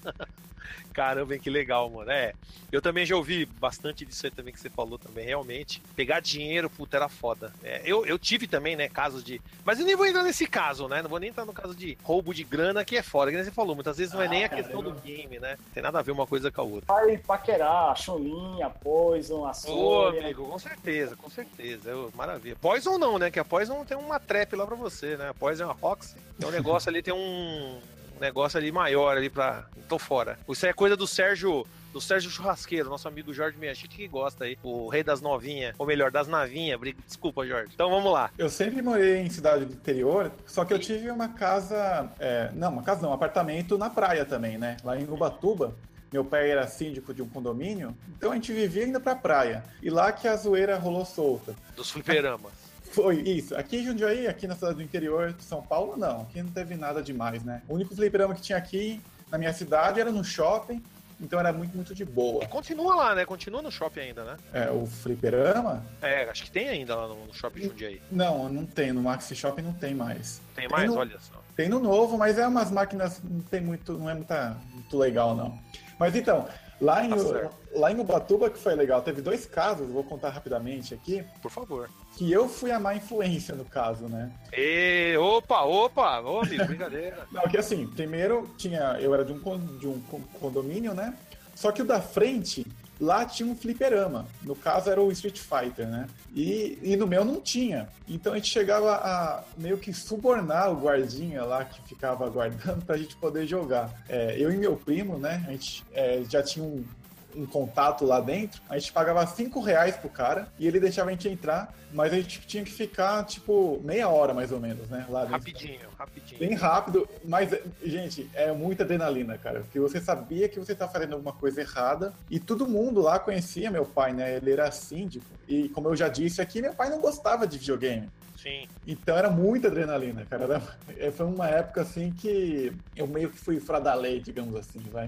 Caramba, que legal, mano. Eu também já ouvi bastante disso aí também que você falou também, realmente. Pegar dinheiro, puta, era foda. Eu tive também, né, casos de... Mas eu nem vou entrar nesse caso, né? Não vou nem entrar no caso de roubo de grana, que é foda, que nem você falou. Muitas vezes não é nem a questão do game, né? Tem nada a ver uma coisa com a outra. Vai paquerar, Cholinha, Poison, a Sônia. Ô, amigo, com certeza. Maravilha. Poison não, né? Que a Poison tem uma trap lá pra você, né? A Poison é uma Roxy. Tem um negócio ali, tem um negócio ali maior ali pra... Tô fora. Isso aí é coisa do Sérgio Churrasqueiro, nosso amigo Jorge Miyashiki, que gosta aí. O rei das novinhas, ou melhor, das navinhas. Desculpa, Jorge. Então vamos lá. Eu sempre morei em cidade do interior, só que eu tive uma casa... um apartamento na praia também, né? Lá em Ubatuba. Meu pai era síndico de um condomínio, então a gente vivia indo pra praia. E lá que a zoeira rolou solta. Dos fliperamas. Foi isso. Aqui em Jundiaí, aqui na cidade do interior de São Paulo, não. Aqui não teve nada demais, né? O único fliperama que tinha aqui na minha cidade era no shopping, então era muito, muito de boa. E continua lá, né? Continua no shopping ainda, né? O fliperama? Acho que tem ainda lá no shopping Jundiaí. Não tem. No Maxi Shopping não tem mais. Tem mais? Olha só. Tem no novo, mas é umas máquinas, não é muito legal, não. Mas então, lá em Ubatuba, que foi legal, teve 2 casos, vou contar rapidamente aqui. Por favor. Que eu fui a má influência no caso, né? Opa, ô amigo, brincadeira. Não, que assim, primeiro eu era de um condomínio, né? Só que o da frente, lá tinha um fliperama. No caso era o Street Fighter, né? E no meu não tinha. Então a gente chegava a meio que subornar o guardinha lá que ficava aguardando pra gente poder jogar. Eu e meu primo, né? A gente já tinha um contato lá dentro, a gente pagava R$5 pro cara e ele deixava a gente entrar, mas a gente tinha que ficar, tipo, meia hora mais ou menos, né? Lá dentro. Rapidinho. Bem rápido, mas, gente, é muita adrenalina, cara, porque você sabia que você tá fazendo alguma coisa errada e todo mundo lá conhecia meu pai, né? Ele era síndico e, como eu já disse aqui, meu pai não gostava de videogame. Sim. Então era muita adrenalina, cara. Foi uma época assim que eu meio que fui fora da lei, digamos assim, vai.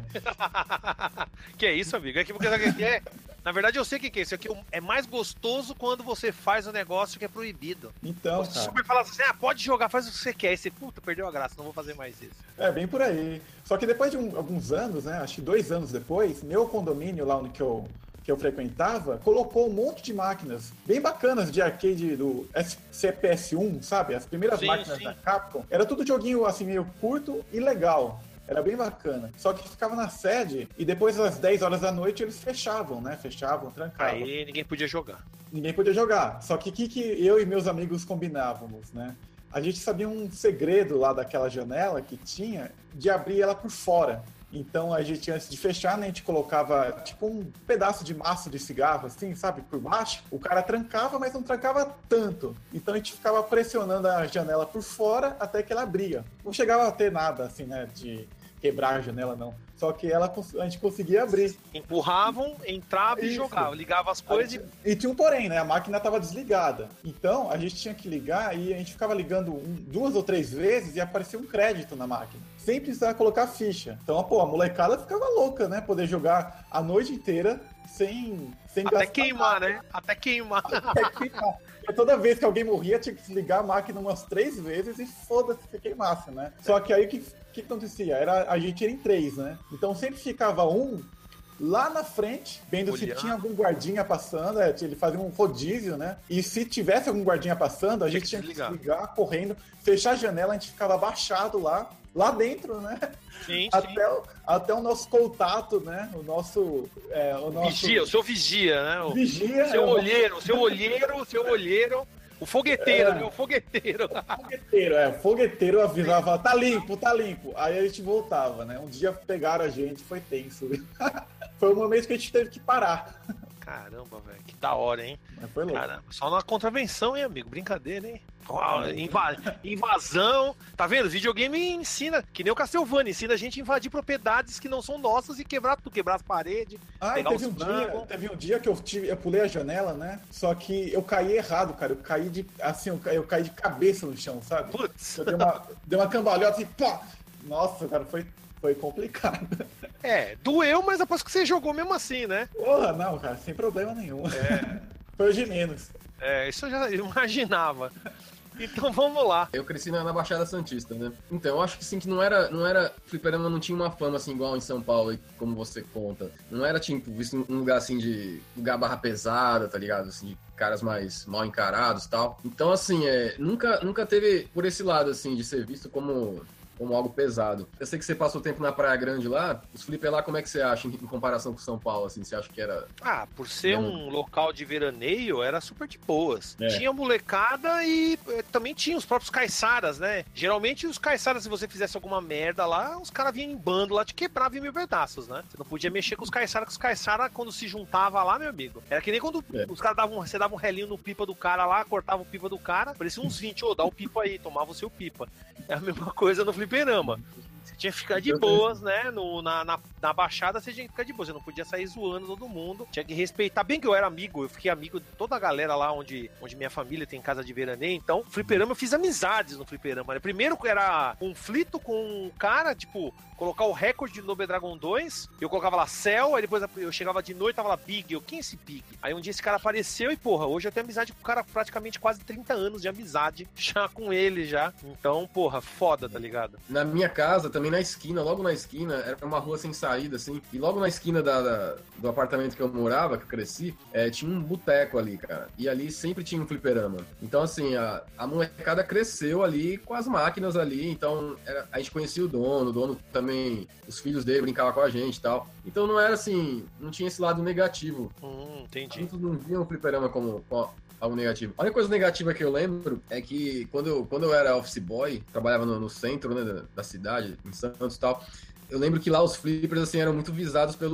Que é isso, amigo? É que é. Na verdade, eu sei o que é isso. Aqui é mais gostoso quando você faz um negócio que é proibido. Então, você super fala assim, pode jogar, faz o que você quer. Aí você, puta, perdeu a graça, não vou fazer mais isso. É, bem por aí. Só que depois de alguns anos, né, acho que 2 anos depois, meu condomínio lá onde que eu frequentava, colocou um monte de máquinas bem bacanas de arcade do CPS1, sabe? As primeiras máquinas da Capcom. Era tudo joguinho assim, meio curto e legal. Era bem bacana. Só que ficava na sede e depois das 10 horas da noite eles fechavam, né? Fechavam, trancavam. Aí ninguém podia jogar. Ninguém podia jogar. Só que o que eu e meus amigos combinávamos, né? A gente sabia um segredo lá daquela janela que tinha de abrir ela por fora. Então a gente, antes de fechar, né, a gente colocava tipo um pedaço de maço de cigarro, assim, sabe, por baixo. O cara trancava, mas não trancava tanto. Então a gente ficava pressionando a janela por fora até que ela abria. Não chegava a ter nada, assim, né, de quebrar a janela, não. Só que a gente conseguia abrir. Empurravam, entrava e jogava. Ligava as coisas e tinha um porém, né? A máquina estava desligada. Então, a gente tinha que ligar e a gente ficava ligando 2 ou 3 vezes e aparecia um crédito na máquina. Sem precisar colocar ficha. Então, a molecada ficava louca, né? Poder jogar a noite inteira sem até queimar, nada. Né? Até queimar. Porque toda vez que alguém morria, tinha que desligar a máquina umas 3 vezes e foda-se se queimasse, né? Só que aí o que acontecia? A gente era em 3, né? Então sempre ficava um lá na frente, vendo se tinha algum guardinha passando, ele fazia um rodízio, né? E se tivesse algum guardinha passando, a gente tinha que desligar, correndo, fechar a janela, a gente ficava abaixado lá dentro, né? Sim, até o nosso contato, né? O nosso vigia, o seu vigia, né? Vigia. Seu olheiro. O fogueteiro, né? O fogueteiro. O fogueteiro avisava, tá limpo. Aí a gente voltava, né? Um dia pegaram a gente, foi tenso. Foi um momento que a gente teve que parar. Caramba, velho, que da hora, hein? Mas foi louco. Caramba, só na contravenção, hein, amigo? Brincadeira, hein? Invasão. Tá vendo? Videogame ensina, que nem o Castlevania, ensina a gente a invadir propriedades que não são nossas e quebrar tudo, quebrar as paredes. Teve um dia que eu pulei a janela, né? Só que eu caí errado, cara. Eu caí de cabeça no chão, sabe? Putz. Deu uma cambalhota e pá! Nossa, cara, foi complicado. Doeu, mas depois que você jogou mesmo assim, né? Porra, não, cara, sem problema nenhum. Foi de menos. Isso eu já imaginava. Então vamos lá. Eu cresci na Baixada Santista, né? Então eu acho que sim, que não era fliperama não tinha uma fama assim igual em São Paulo, como você conta. Não era tipo visto um lugar assim de lugar barra pesada, tá ligado? Assim, de caras mais mal encarados e tal. Então assim, nunca teve por esse lado assim de ser visto como algo pesado. Eu sei que você passou tempo na Praia Grande lá, os flipper lá, como é que você acha em comparação com São Paulo, assim? Você acha que era... por ser um local de veraneio, era super de boas. Tinha molecada e também tinha os próprios caiçaras, né? Geralmente os caiçaras, se você fizesse alguma merda lá, os caras vinham em bando lá, te quebravam em 1000 pedaços, né? Você não podia mexer com os caiçaras, quando se juntava lá, meu amigo, era que nem quando os caras você dava um relinho no pipa do cara lá, cortava o pipa do cara, parecia uns 20, dá o pipa aí, tomava o seu pipa. É a mesma coisa no fliperama. Você tinha que ficar de boas, né? Na Baixada você tinha que ficar de boas. Você não podia sair zoando todo mundo. Tinha que respeitar. Bem que eu era amigo, eu fiquei amigo de toda a galera lá onde minha família tem casa de veraneio. Então, fliperama, eu fiz amizades no fliperama, né? Primeiro era conflito com um cara, tipo, colocar o recorde do Double Dragon 2. Eu colocava lá Cell, aí depois eu chegava de noite, tava lá Big. Quem é esse Big? Aí um dia esse cara apareceu e, porra, hoje eu tenho amizade com o cara, praticamente quase 30 anos de amizade já com ele já. Então, porra, foda, tá ligado? Na minha casa, também na esquina, logo na esquina, era uma rua sem saída, assim, e logo na esquina do apartamento que eu morava, que eu cresci, tinha um boteco ali, cara, e ali sempre tinha um fliperama. Então, assim, a molecada cresceu ali com as máquinas ali, então a gente conhecia o dono também, os filhos dele brincavam com a gente e tal. Então não era assim, não tinha esse lado negativo. Entendi. Muitos não viam o fliperama como algo negativo. A única coisa negativa que eu lembro é que quando eu era office boy, trabalhava no centro, né, da cidade, em Santos e tal, eu lembro que lá os flippers, assim, eram muito visados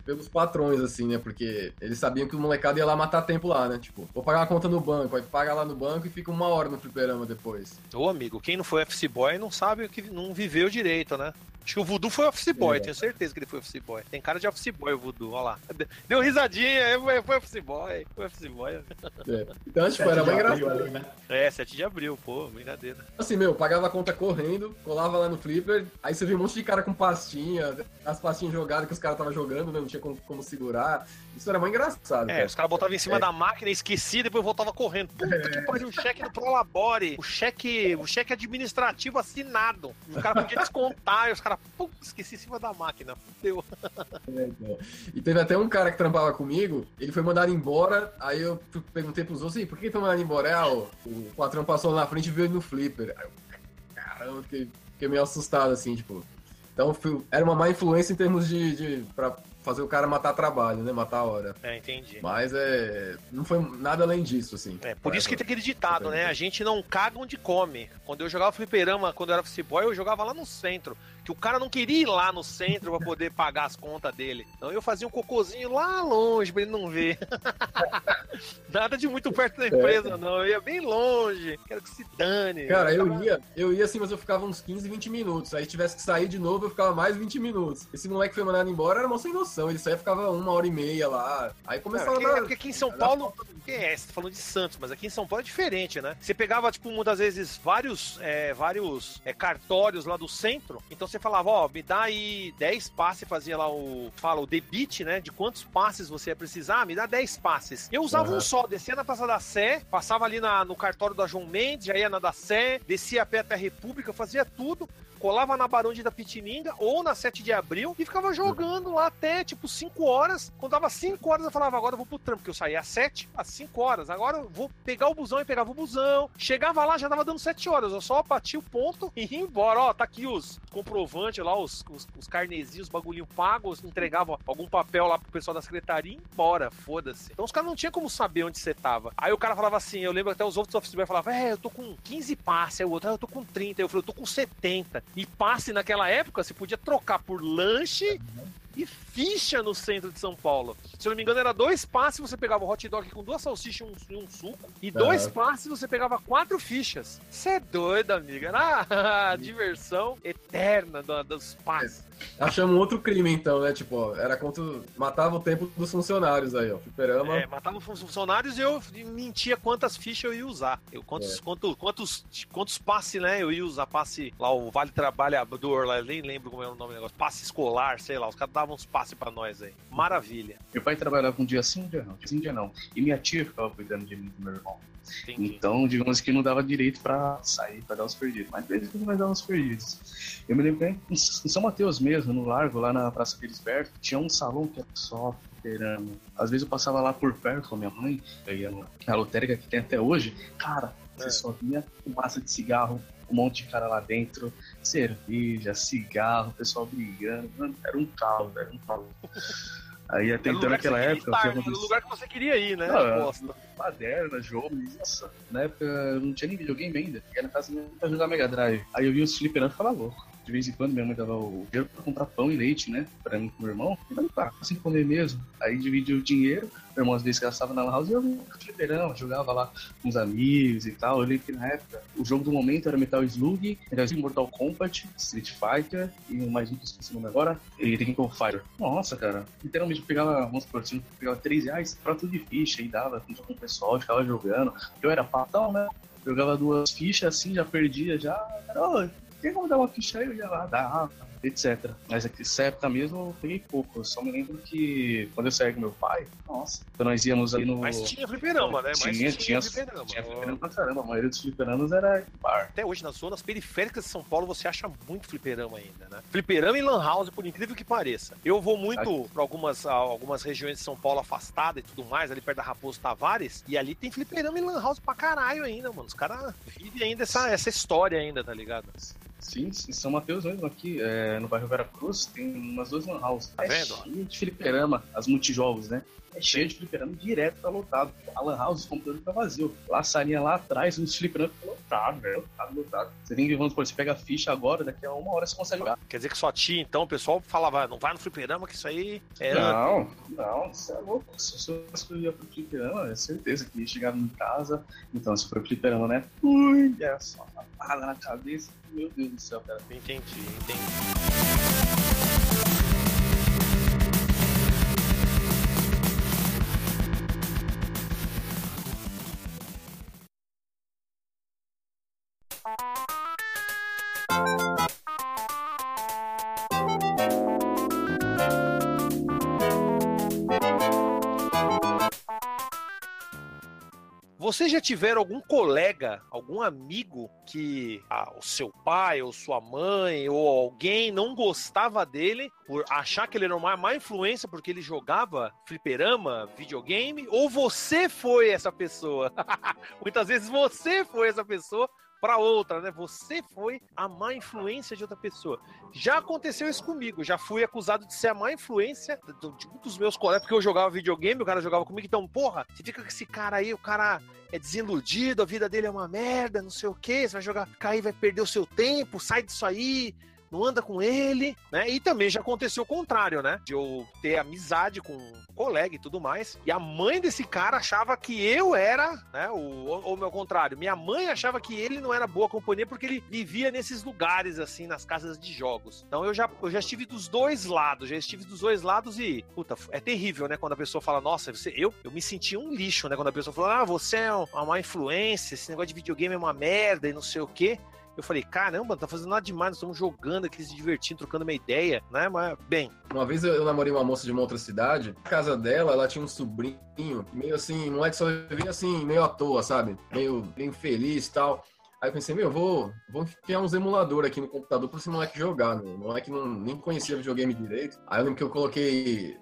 pelos patrões, assim, né? Porque eles sabiam que o molecado ia lá matar tempo lá, né? Tipo, vou pagar a conta no banco, aí paga lá no banco e fica 1 hora no fliperama depois. Ô, amigo, quem não foi office boy não sabe o que não viveu direito, né? Acho que o Voodoo foi office boy, tenho certeza que ele foi office boy. Tem cara de office boy o Voodoo, olha lá. Deu risadinha, foi office boy, foi office boy. É. Então, tipo, era mais engraçado. Né? 7 de abril, pô, brincadeira. Assim, pagava a conta correndo, colava lá no flipper, aí você via um monte de cara com pastinha, as pastinhas jogadas que os caras estavam jogando, né? Não tinha como segurar. Isso era muito engraçado. Cara. Os caras botavam em cima da máquina, esquecia, depois voltava correndo. Puta que pariu, o cheque do Prolabore, o cheque administrativo assinado. O cara podia descontar, e os caras, esqueci em cima da máquina, fudeu. Então. E teve até um cara que trampava comigo, ele foi mandado embora, aí eu perguntei pros outros, por que foi mandado embora? O patrão passou lá na frente e viu ele no flipper. Aí eu, caramba, fiquei meio assustado, assim, tipo... Então, era uma má influência em termos pra fazer o cara matar trabalho, né? Matar a hora. Entendi. Mas não foi nada além disso, assim. Por isso que tem aquele ditado, né? A gente não caga onde come. Quando eu jogava fliperama, quando eu era office boy, eu jogava lá no centro. Que o cara não queria ir lá no centro pra poder pagar as contas dele. Então eu fazia um cocôzinho lá longe pra ele não ver. Nada de muito perto da empresa, não. Eu ia bem longe. Quero que se dane. Cara, eu ia assim, mas eu ficava uns 15, 20 minutos. Aí tivesse que sair de novo, eu ficava mais 20 minutos. Esse moleque foi mandado embora, era mó sem noção. Ele só ficava 1h30 lá. Aí começava a dar... Porque aqui em São Paulo... você tá falando de Santos, mas aqui em São Paulo é diferente, né? Você pegava, tipo, muitas vezes vários cartórios lá do centro. Então você falava, me dá aí 10 passes, fazia lá o debit, né? De quantos passes você ia precisar, me dá 10 passes. Eu usava um só, descia na Praça da Sé, passava ali no cartório da João Mendes, já ia na da Sé, descia a pé até a República, fazia tudo. Colava na Barão de Itapetininga ou na 7 de abril e ficava jogando lá até, tipo, 5 horas. Quando dava 5 horas, eu falava, agora eu vou pro trampo, porque eu saía às 7, às 5 horas. Agora eu vou pegar o busão e pegava o busão. Chegava lá, já tava dando 7 horas. Eu só bati o ponto e ia embora. Tá aqui os comprovantes lá, os carnezinhos, os bagulhinho pagos. Entregava algum papel lá pro pessoal da secretaria e ia embora, foda-se. Então os caras não tinham como saber onde você tava. Aí o cara falava assim, eu lembro até os outros office boys falavam, eu tô com 15 passes. Aí o outro, eu tô com 30. Aí eu falei, eu tô com 70. E passe naquela época, você podia trocar por lanche e ficha no centro de São Paulo. Se eu não me engano, era 2 passes, você pegava o hot dog com 2 salsichas e um suco. E 2 passes, você pegava 4 fichas. Você é doido, amiga. Era a diversão eterna dos passes. Achamos outro crime, então, né? Tipo, era quanto... Matava o tempo dos funcionários aí, ó. Fliperama. Matava os funcionários e eu mentia quantas fichas eu ia usar. Quantos passes, né? Eu ia usar passe lá, o Vale Trabalhador, lá, eu nem lembro como é o nome do negócio. Passe escolar, sei lá. Os caras davam uns passes pra nós aí. Maravilha. Meu pai trabalhava um dia sim, um dia não. E minha tia ficava cuidando de mim e do meu irmão. Entendi. Então, digamos que não dava direito pra sair, pra dar os perdidos. Mas às vezes não vai dar uns perdidos. Eu me lembro bem, em São Mateus mesmo, no Largo, lá na Praça Felisberto, tinha um salão que era só fliperama. Às vezes eu passava lá por perto com a minha mãe, eu ia na lotérica que tem até hoje. Cara, você só via fumaça de cigarro, um monte de cara lá dentro, cerveja, cigarro, o pessoal brigando. Mano, era um caos. Aí até então naquela época... Era o lugar que você queria ir, né? Baderna, jogo, nossa. Na época não tinha nem videogame ainda. Ia na casa minha pra jogar Mega Drive. Aí eu vi os fliperando e falava louco. De vez em quando minha mãe dava o dinheiro pra comprar pão e leite, né? Pra mim e pro meu irmão. E eu falei, assim comer mesmo. Aí dividia o dinheiro. Meu irmão às vezes gastava na house e eu ia no fliperão, jogava lá com os amigos e tal. Eu lembro que na época o jogo do momento era Metal Slug, Mortal Kombat, Street Fighter e mais um que eu esqueci o nome agora, e The King of Fighter. Nossa, cara, literalmente eu pegava, vamos por cima, pegava R$3 pra tudo de ficha e dava com o pessoal, ficava jogando. Eu era patão, né? Jogava 2 fichas assim, já perdia, já. Tem como dar uma ficha aí? Eu ia lá, dava, etc. Mas essa época mesmo eu peguei pouco. Eu só me lembro que quando eu saí com meu pai, nossa, quando nós íamos ali no... Mas tinha fliperama, né? Tinha fliperama pra caramba. A maioria dos fliperamas era bar. Até hoje, nas zonas periféricas de São Paulo, você acha muito fliperama ainda, né? Fliperama e lan house, por incrível que pareça. Eu vou muito pra algumas regiões de São Paulo afastadas e tudo mais, ali perto da Raposo Tavares, e ali tem fliperama e lan house pra caralho ainda, mano. Os caras vivem ainda essa história ainda, tá ligado? Sim, em São Mateus mesmo, aqui no bairro Vera Cruz, tem umas 2 lan houses. Tá vendo? Cheio de fliperama, as multijogos, né? É cheio de fliperama, direto tá lotado. A lan house, o computador tá vazio. Lá a salinha lá atrás, uns fliperama lotado, velho. Lotado. Você tem que, vamos supor, você pega a ficha agora, daqui a 1 hora você consegue jogar. Quer dizer que sua tia, então, o pessoal falava, não vai no fliperama, que isso aí é... Não, você é louco. Se eu ia pro fliperama, é certeza que ia chegar em casa. Então, se for pro fliperama, né? Ui, é só uma parada na cabeça. Meu Deus do céu, cara. Entendi. Vocês já tiveram algum colega, algum amigo que o seu pai ou sua mãe ou alguém não gostava dele por achar que ele era uma má influência porque ele jogava fliperama, videogame? Ou você foi essa pessoa? Muitas vezes você foi essa pessoa para outra, né? Você foi a má influência de outra pessoa. Já aconteceu isso comigo, já fui acusado de ser a má influência de um dos meus colegas, porque eu jogava videogame, o cara jogava comigo, então, porra, você fica com esse cara aí, o cara é desiludido, a vida dele é uma merda, não sei o quê, você vai jogar, cair, vai perder o seu tempo, sai disso aí, não anda com ele, né? E também já aconteceu o contrário, né? De eu ter amizade com um colega e tudo mais, e a mãe desse cara achava que eu era, né? Ou ao contrário, minha mãe achava que ele não era boa companhia porque ele vivia nesses lugares, assim, nas casas de jogos. Então eu já estive dos dois lados, e, puta, é terrível, né? Quando a pessoa fala, nossa, eu me senti um lixo, né? Quando a pessoa fala, você é uma má influência, esse negócio de videogame é uma merda e não sei o quê. Eu falei, caramba, não tá fazendo nada demais, nós estamos jogando aqui, se divertindo, trocando uma ideia, né? Mas, bem... Uma vez eu namorei uma moça de uma outra cidade, na casa dela, ela tinha um sobrinho, meio assim, um moleque só vivia assim, meio à toa, sabe? Meio feliz e tal. Aí eu pensei, vou enfiar uns emuladores aqui no computador pra esse moleque jogar, né? O moleque nem conhecia videogame direito. Aí eu lembro que eu coloquei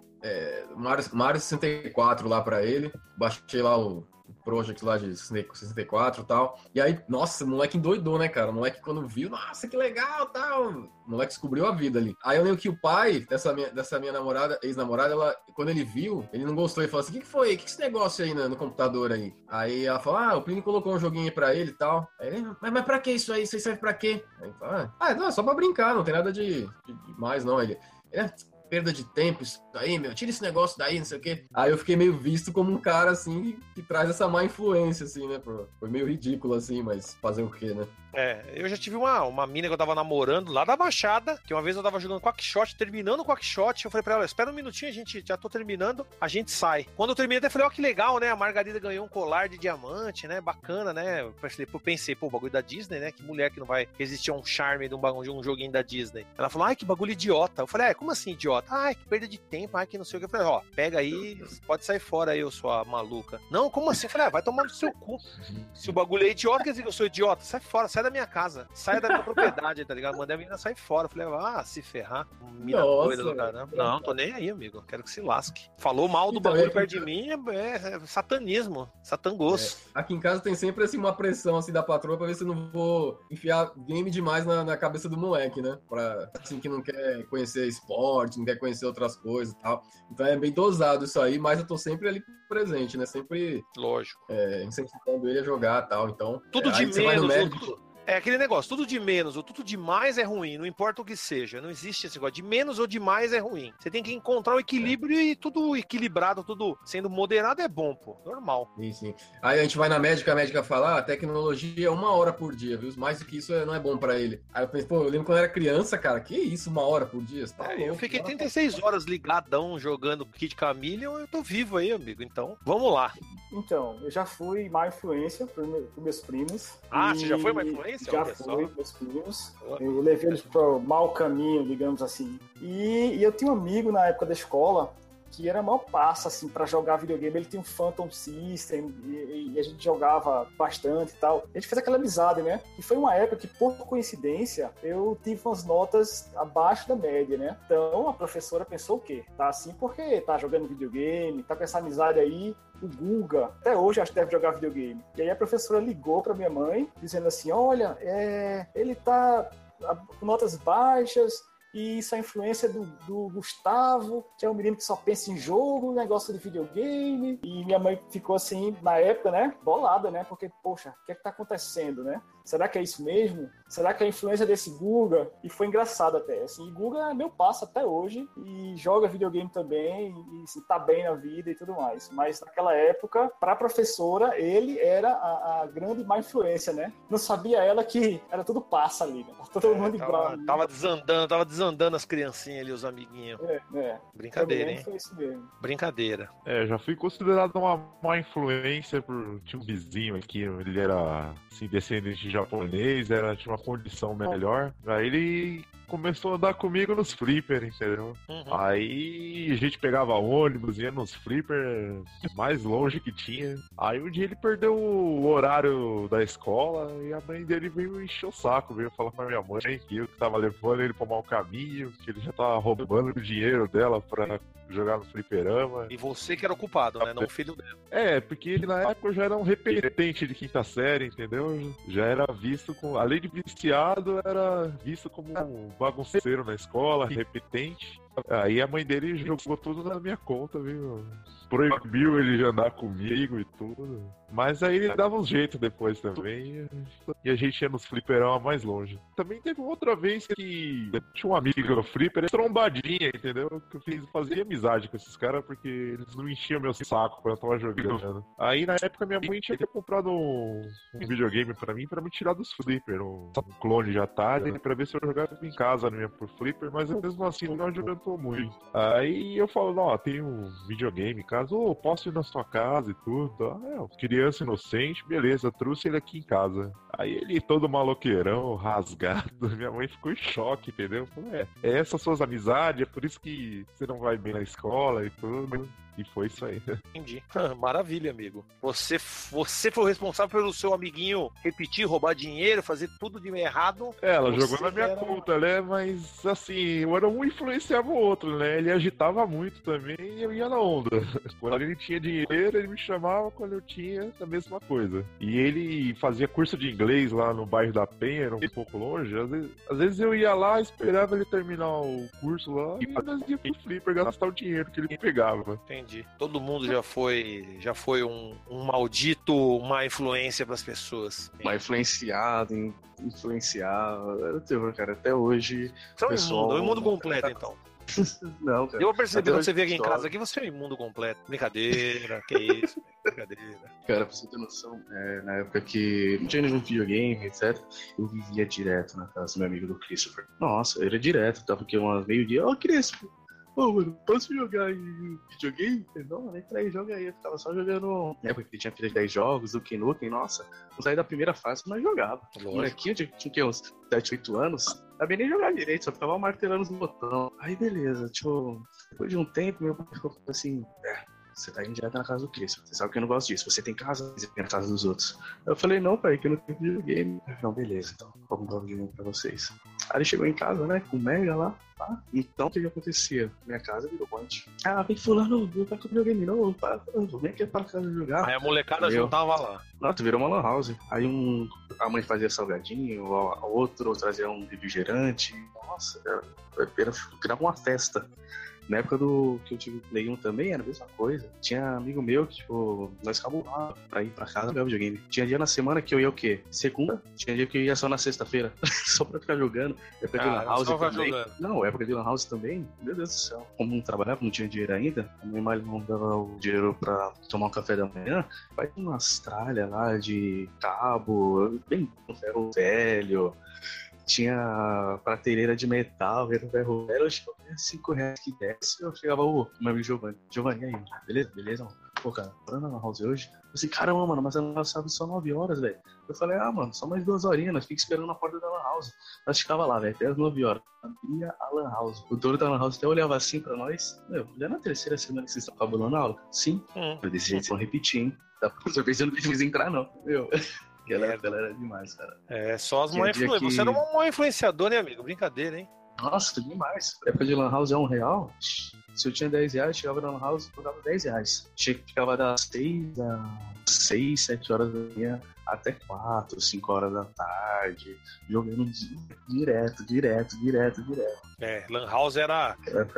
Mario 64 lá pra ele, baixei lá o Project lá de 64 e tal. E aí, nossa, o moleque endoidou, né, cara? O moleque, quando viu, nossa, que legal e tal. O moleque descobriu a vida ali. Aí eu lembro que o pai dessa minha namorada, ex-namorada, quando ele viu, ele não gostou. Ele falou assim, o que foi? O que é esse negócio aí no computador aí? Aí ela falou, o Plínio colocou um joguinho aí pra ele e tal. Aí ele, mas pra que isso aí? Isso aí serve pra quê? Aí ele falou, não, é só pra brincar, não tem nada de mais, não. Ele perda de tempo, isso daí, meu, tira esse negócio daí, não sei o quê. Aí eu fiquei meio visto como um cara, assim, que traz essa má influência, assim, né, foi meio ridículo, assim, mas fazer o quê, né? Eu já tive uma mina que eu tava namorando lá da Baixada, que uma vez eu tava jogando Quackshot, terminando o Quackshot, eu falei pra ela, espera um minutinho, já tô terminando, a gente sai. Quando eu terminei, até falei, que legal, né, a Margarida ganhou um colar de diamante, né, bacana, né, eu pensei, o bagulho da Disney, né, que mulher que não vai resistir a um charme de um joguinho da Disney. Ela falou, que bagulho idiota. Eu falei, como assim idiota? Que perda de tempo, que não sei o que. Eu falei, pega aí, pode sair fora aí, sua maluca. Não, como assim? Eu falei, vai tomar no seu cu. Se o bagulho é idiota, quer dizer que eu sou idiota? Sai fora, sai da minha casa, sai da minha propriedade, tá ligado? Mandei a menina sair fora. Eu falei, se ferrar. Mina doida do caramba. Não, tô nem aí, amigo. Quero que se lasque. Falou mal do bagulho perto de mim, é satanismo, satangos. Aqui em casa tem sempre assim, uma pressão assim da patroa pra ver se eu não vou enfiar game demais na cabeça do moleque, né? Pra assim que não quer conhecer esporte, não quer conhecer outras coisas e tal. Então é bem dosado isso aí, mas eu tô sempre ali presente, né? Sempre... Lógico. Incentivando ele a jogar e tal, então... Tudo de menos, é aquele negócio, tudo de menos ou tudo de mais é ruim, não importa o que seja, não existe esse negócio, de menos ou de mais é ruim. Você tem que encontrar o equilíbrio e tudo equilibrado, tudo sendo moderado é bom, pô, normal. Sim. Aí a gente vai na médica, a médica fala, a tecnologia é 1 hora por dia, viu? Mais do que isso não é bom pra ele. Aí eu pensei, eu lembro quando eu era criança, cara, que isso, 1 hora por dia? Tá louco, eu fiquei 36 horas ligadão jogando Kid Chameleon, eu tô vivo aí, amigo, então, vamos lá. Então, eu já fui má influência para meus primos. Você já foi má influência? Já fui, meus primos. Eu levei eles para o mau caminho, digamos assim. E eu tinha um amigo na época da escola que era mal passa, assim, pra jogar videogame. Ele tinha um Phantom System e a gente jogava bastante e tal. A gente fez aquela amizade, né? E foi uma época que, por coincidência, eu tive umas notas abaixo da média, né? Então, a professora pensou o quê? Tá assim porque tá jogando videogame, tá com essa amizade aí. O Guga, até hoje acho que deve jogar videogame. E aí a professora ligou pra minha mãe, dizendo assim, olha, ele tá com notas baixas, e isso é a influência do Gustavo, que é um menino que só pensa em jogo, negócio de videogame. E minha mãe ficou assim, na época, né, bolada, né? Porque, poxa, o que é que tá acontecendo, né? Será que é isso mesmo? Será que é a influência desse Guga? E foi engraçado até. Assim, e Guga é meu passo até hoje e joga videogame também e assim, tá bem na vida e tudo mais. Mas naquela época, pra professora, ele era a grande má influência, né? Não sabia ela que era tudo passa ali, né? Todo mundo igual. Tava desandando as criancinhas ali, os amiguinhos. Brincadeira, hein? Foi isso mesmo. Brincadeira. Já fui considerado uma má influência por... Tinha um vizinho aqui, ele era, assim, descendente de japonês, tinha uma condição melhor. Aí ele começou a andar comigo nos flipper, entendeu? Aí a gente pegava ônibus, ia nos flipper mais longe que tinha. Aí um dia ele perdeu o horário da escola e a mãe dele veio encher o saco, veio falar pra minha mãe que eu que tava levando ele pro mau caminho, que ele já tava roubando o dinheiro dela pra jogar no fliperama. E você que era o culpado, né? Não o filho dela. Porque ele na época já era um repetente de quinta série, entendeu? Já era visto como, além de viciado, era visto como um bagunceiro na escola, repetente. Aí a mãe dele jogou tudo na minha conta, viu? Proibiu ele de andar comigo e tudo. Mas aí ele dava um jeito depois também. E a gente ia nos fliperama mais longe. Também teve outra vez que tinha um amigo no flipper, trombadinha, entendeu? Que eu fazia amizade com esses caras porque eles não enchiam meu saco quando eu tava jogando. Aí na época minha mãe tinha comprado um videogame pra mim tirar dos flipper. Um clone de Atari, pra ver se eu jogava em casa mesmo por flipper, mas mesmo assim não adiantou muito. Aí eu falo, não, tem um videogame em casa, posso ir na sua casa e tudo. Criança inocente, beleza, trouxe ele aqui em casa. Aí ele todo maloqueirão, rasgado, minha mãe ficou em choque, entendeu? Falou, essas suas amizades, é por isso que você não vai bem na escola e tudo. E foi isso aí. Entendi. Maravilha, amigo. Você foi o responsável pelo seu amiguinho repetir, roubar dinheiro, fazer tudo de errado. Ela jogou na minha conta, né? Mas assim, eu era um influenciava o outro, né? Ele agitava muito também e eu ia na onda. Quando ele tinha dinheiro, ele me chamava, quando eu tinha, a mesma coisa. E ele fazia curso de inglês lá no bairro da Penha, era um pouco longe. Às vezes eu ia lá, esperava ele terminar o curso lá e nós ia pro flipper gastar o dinheiro que ele pegava. Entendi. Todo mundo já foi um maldito, uma influência pras pessoas. Mal influenciado, era o terror, cara. Até hoje. Você é um imundo completo, então. Não, cara. Eu percebi quando você veio aqui em casa aqui, você é um imundo completo. Brincadeira, que isso, brincadeira. Cara, pra você ter noção, na época que não tinha nenhum videogame, etc., eu vivia direto na casa do meu amigo do Christopher. Nossa, era direto, tava aqui umas meio-dia. Christopher, mano, posso jogar em videogame? Não, entra aí, joga aí. Eu ficava só jogando. Na época que tinha feito 10 jogos, do Nukem, nossa, não saí da primeira fase, mas jogava. Molequinho, tinha uns 7, 8 anos, não sabia nem jogar direito, só ficava martelando os botões. Aí beleza, depois de um tempo, meu pai ficou assim, você tá indo direto na casa do Cris, você sabe que eu não gosto disso, você tem casa, você tem na casa dos outros. Eu falei, não, pai, que eu não tenho videogame. Não, beleza, então, vou comprar um videogame pra vocês. Aí ele chegou em casa, né, com o Mega lá, tá? Então, o que acontecia? Minha casa virou ponte. Vem fulano, não tá com videogame não, vem aqui pra casa jogar. Aí a molecada juntava lá. Nossa, virou uma lan house. Aí a mãe fazia salgadinho, a outro trazia um refrigerante. Nossa, era uma festa. Na época que eu tive o Play 1 também, era a mesma coisa. Tinha amigo meu que, nós ficávamos lá pra ir pra casa jogar videogame. Tinha dia na semana que eu ia o quê? Segunda. Tinha dia que eu ia só na sexta-feira. Só pra ficar jogando. Época de Lan House também. Não, época de Lan House também. Meu Deus do céu. Como não trabalhava, não tinha dinheiro ainda. A minha mãe não dava o dinheiro pra tomar um café da manhã. Vai ter umas tralhas lá de cabo, bem ferro velho. Tinha prateleira de metal, era um ferro velho, eu chegava R$5 que desce, eu chegava, meu amigo Giovanni, aí, beleza, mano? Pô, cara, bora na house hoje? Eu falei, caramba, mano, mas a lan house sabe só 9 horas, velho. Eu falei, mano, só mais 2 horinhas, nós ficamos esperando na porta da lan house. Nós ficava lá, velho, até as 9 horas. Abria a lan house. O dono da lan house até olhava assim pra nós, já na terceira semana que vocês estão acabando a aula? Sim. Eu desse jeito, vão repetir, hein? Tô pensando que eles entrar, não, meu. Ela era demais, cara. Só as mães influenciadoras. Você era um bom influenciador, né, amigo? Brincadeira, hein? Nossa, demais. A época de Lan House é R$1. Se eu tinha R$10, chegava na Lan House e pagava R$10. Ficava das 6 às 6, 7 horas da manhã. até 4, 5 horas da tarde, jogando direto. Lan House era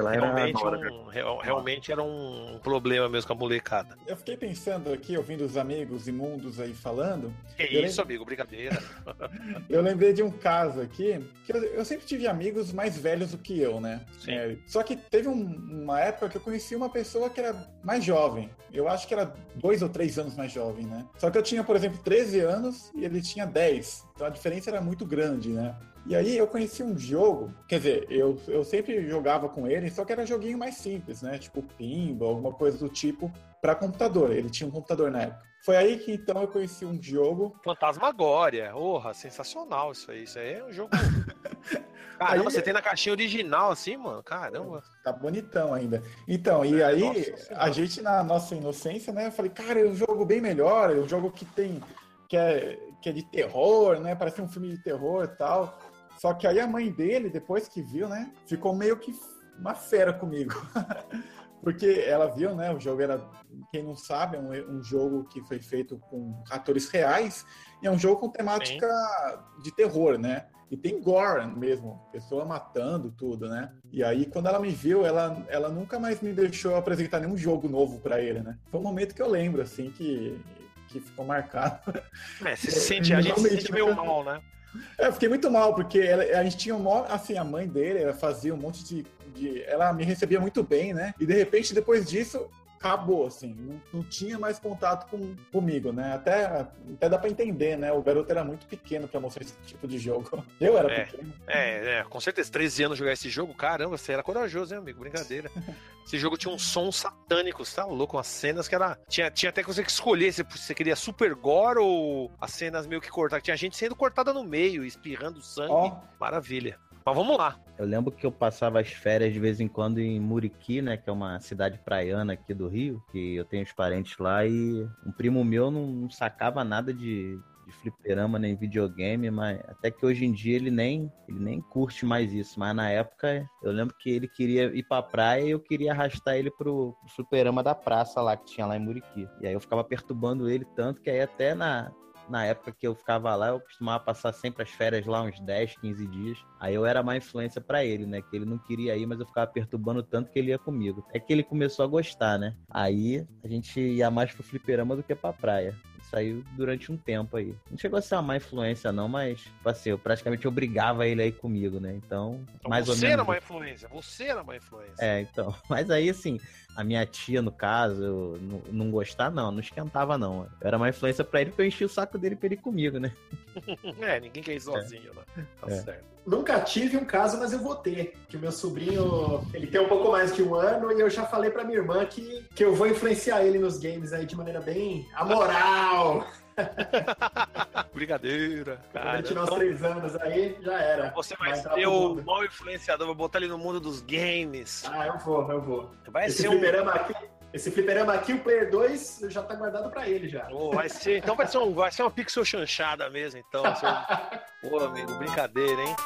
realmente era um problema mesmo com a molecada. Eu fiquei pensando aqui, ouvindo os amigos imundos aí falando. Que isso, amigo, brincadeira. Eu lembrei de um caso aqui, que eu sempre tive amigos mais velhos do que eu, né? Sim. Só que teve uma época que eu conheci uma pessoa que era mais jovem. Eu acho que era 2 ou 3 anos mais jovem, né? Só que eu tinha, por exemplo, 13 anos e ele tinha 10. Então a diferença era muito grande, né? E aí eu conheci um jogo, quer dizer, eu sempre jogava com ele, só que era joguinho mais simples, né? Tipo Pinball, alguma coisa do tipo, para computador. Ele tinha um computador na época. Foi aí que então eu conheci um jogo... Fantasmagória, sensacional isso aí. Isso aí é um jogo... Caramba, você tem na caixinha original assim, mano? Caramba. Tá bonitão ainda. Então, e aí, a gente na nossa inocência, né? Eu falei, cara, é um jogo bem melhor, é um jogo que tem... Que é de terror, né? Parece um filme de terror e tal. Só que aí a mãe dele, depois que viu, né? Ficou meio que uma fera comigo. Porque ela viu, né? O jogo era, quem não sabe, é um jogo que foi feito com atores reais. E é um jogo com temática de terror, né? E tem gore mesmo, pessoa matando, tudo, né? E aí, quando ela me viu, ela nunca mais me deixou apresentar nenhum jogo novo pra ele, né? Foi um momento que eu lembro, assim, que ficou marcado. A gente se sente meio mal, né? Eu fiquei muito mal, porque a gente tinha assim, a mãe dele, ela fazia um monte de... Ela me recebia muito bem, né? E de repente, depois disso, acabou, assim. Não tinha mais contato comigo, né? Até dá pra entender, né? O garoto era muito pequeno pra mostrar esse tipo de jogo. Eu era pequeno. Com certeza. 13 anos jogar esse jogo, caramba, você era corajoso, hein, amigo? Brincadeira. Esse jogo tinha um som satânico, você tá louco? Umas cenas que era... Tinha até que você escolher se você queria super gore ou as cenas meio que cortadas. Tinha gente sendo cortada no meio, espirrando sangue. Maravilha. Mas vamos lá. Eu lembro que eu passava as férias de vez em quando em Muriqui, né? Que é uma cidade praiana aqui do Rio. Que eu tenho os parentes lá e um primo meu não sacava nada de fliperama nem videogame, mas até que hoje em dia ele nem curte mais isso. Mas na época eu lembro que ele queria ir pra praia e eu queria arrastar ele pro fliperama da praça lá que tinha lá em Muriqui. E aí eu ficava perturbando ele tanto que aí até na época que eu ficava lá, eu costumava passar sempre as férias lá, uns 10, 15 dias. Aí eu era má influência pra ele, né? Que ele não queria ir, mas eu ficava perturbando tanto que ele ia comigo. Até que ele começou a gostar, né? Aí a gente ia mais pro fliperama do que pra praia. Saiu durante um tempo aí. Não chegou a ser uma má influência, não, mas assim, eu praticamente obrigava ele aí comigo, né? Então mais ou menos. Você era má influência, você era má influência. Então. Mas aí, assim, a minha tia, no caso, não gostar, não esquentava, não. Eu era má influência pra ele porque eu enchi o saco dele pra ele ir comigo, né? Ninguém quer ir sozinho, né? Tá certo. Nunca tive um caso, mas eu vou ter. Que o meu sobrinho, ele tem um pouco mais de 1 ano e eu já falei pra minha irmã que eu vou influenciar ele nos games aí de maneira bem amoral. Brincadeira. Quando ele tiver uns 3 anos aí, já era. Você vai ser o mau influenciador, vou botar ele no mundo dos games. Eu vou. Esse fliperama aqui, o Player 2, já tá guardado pra ele já. Vai ser uma pixel chanchada mesmo, então. Pô, amigo, brincadeira, hein?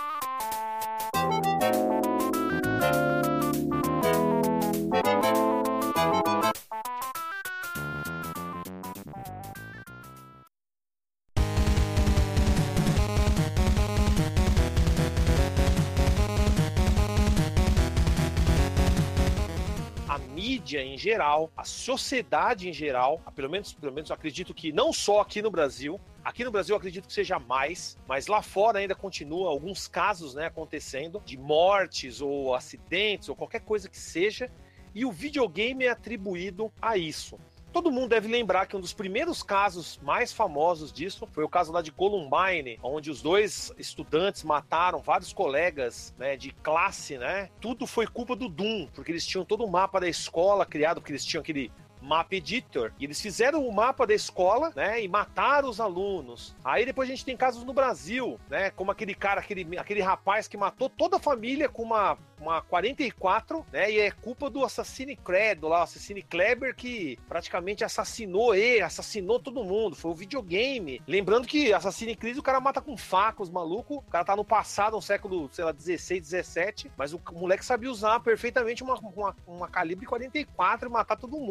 Mídia em geral, a sociedade em geral, pelo menos eu acredito que não só aqui no Brasil eu acredito que seja mais, mas lá fora ainda continua alguns casos, né, acontecendo de mortes ou acidentes ou qualquer coisa que seja, e o videogame é atribuído a isso. Todo mundo deve lembrar que um dos primeiros casos mais famosos disso foi o caso lá de Columbine, onde os 2 estudantes mataram vários colegas, né, de classe, né? Tudo foi culpa do Doom, porque eles tinham todo o mapa da escola criado, porque eles tinham aquele Map Editor, e eles fizeram o mapa da escola, né, e mataram os alunos. Aí depois a gente tem casos no Brasil, né, como aquele rapaz que matou toda a família com uma 44, né, e é culpa do Assassin's Creed, lá, o Assassin's Kleber, que praticamente assassinou todo mundo, foi o videogame. Lembrando que Assassin's Creed o cara mata com faca, os malucos, o cara tá no passado, no século, sei lá, 16, 17, mas o moleque sabia usar perfeitamente uma calibre 44 e matar todo mundo ali.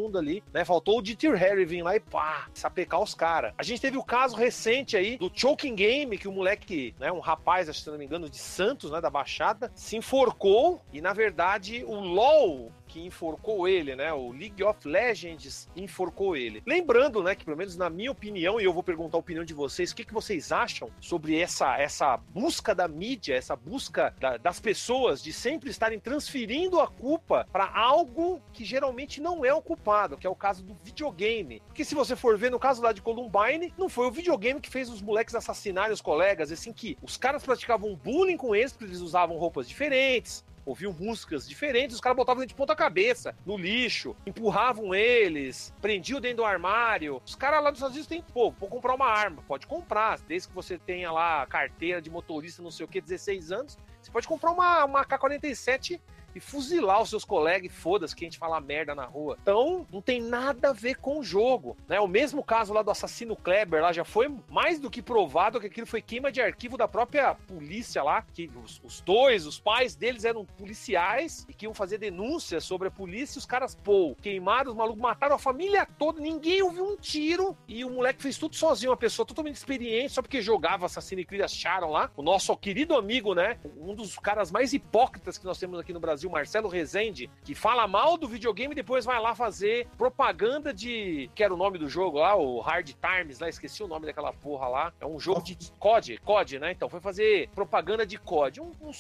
né? Faltou o Dieter Harry vir lá e pá, sapecar os caras. A gente teve o caso recente aí do Choking Game, que o moleque, né, um rapaz, se não me engano, de Santos, né, da Baixada, se enforcou e, na verdade, o LoL que enforcou ele, né? O League of Legends enforcou ele. Lembrando, né, que pelo menos na minha opinião, e eu vou perguntar a opinião de vocês, o que vocês acham sobre essa busca da mídia, essa busca das pessoas de sempre estarem transferindo a culpa para algo que geralmente não é o culpado, que é o caso do videogame. Porque se você for ver no caso lá de Columbine, não foi o videogame que fez os moleques assassinarem os colegas, assim que os caras praticavam bullying com eles, porque eles usavam roupas diferentes, ouviam músicas diferentes, os caras botavam ele de ponta cabeça, no lixo, empurravam eles, prendiam dentro do armário. Os caras lá dos Estados Unidos têm, pô, vou comprar uma arma, pode comprar, desde que você tenha lá carteira de motorista, não sei o que, 16 anos, você pode comprar uma AK-47 e fuzilar os seus colegas, e foda-se que a gente fala merda na rua. Então, não tem nada a ver com o jogo, né? O mesmo caso lá do assassino Kleber, lá já foi mais do que provado que aquilo foi queima de arquivo da própria polícia lá, que os pais deles eram policiais e que iam fazer denúncias sobre a polícia, e os caras, pô, queimaram, os malucos mataram a família toda, ninguém ouviu um tiro, e o moleque fez tudo sozinho, uma pessoa totalmente experiente, só porque jogava Assassin's Creed, acharam lá, o nosso querido amigo, né? Um dos caras mais hipócritas que nós temos aqui no Brasil, Marcelo Rezende, que fala mal do videogame e depois vai lá fazer propaganda de... que era o nome do jogo lá, o Hard Times, lá, esqueci o nome daquela porra lá. É um jogo de COD, né? Então, foi fazer propaganda de COD.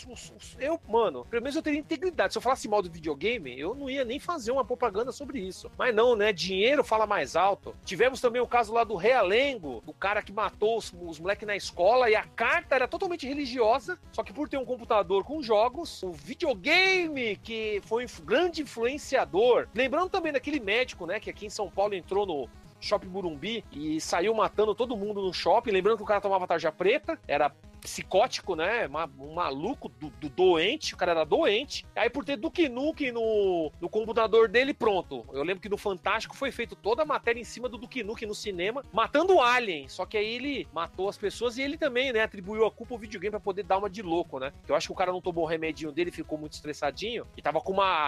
Mano, pelo menos eu teria integridade. Se eu falasse mal do videogame, eu não ia nem fazer uma propaganda sobre isso. Mas não, né? Dinheiro fala mais alto. Tivemos também o caso lá do Realengo, do cara que matou os moleques na escola, e a carta era totalmente religiosa, só que por ter um computador com jogos, o videogame que foi um grande influenciador. Lembrando também daquele médico, né, que aqui em São Paulo entrou no Shopping Burumbi e saiu matando todo mundo no shopping. Lembrando que o cara tomava tarja preta, era psicótico, né? Um maluco do doente, o cara era doente. Aí por ter Duke Nukem no computador dele, pronto. Eu lembro que no Fantástico foi feito toda a matéria em cima do Duke Nukem no cinema, matando o Alien. Só que aí ele matou as pessoas e ele também, né, atribuiu a culpa ao videogame pra poder dar uma de louco, né? Eu acho que o cara não tomou o remedinho dele, ficou muito estressadinho e tava com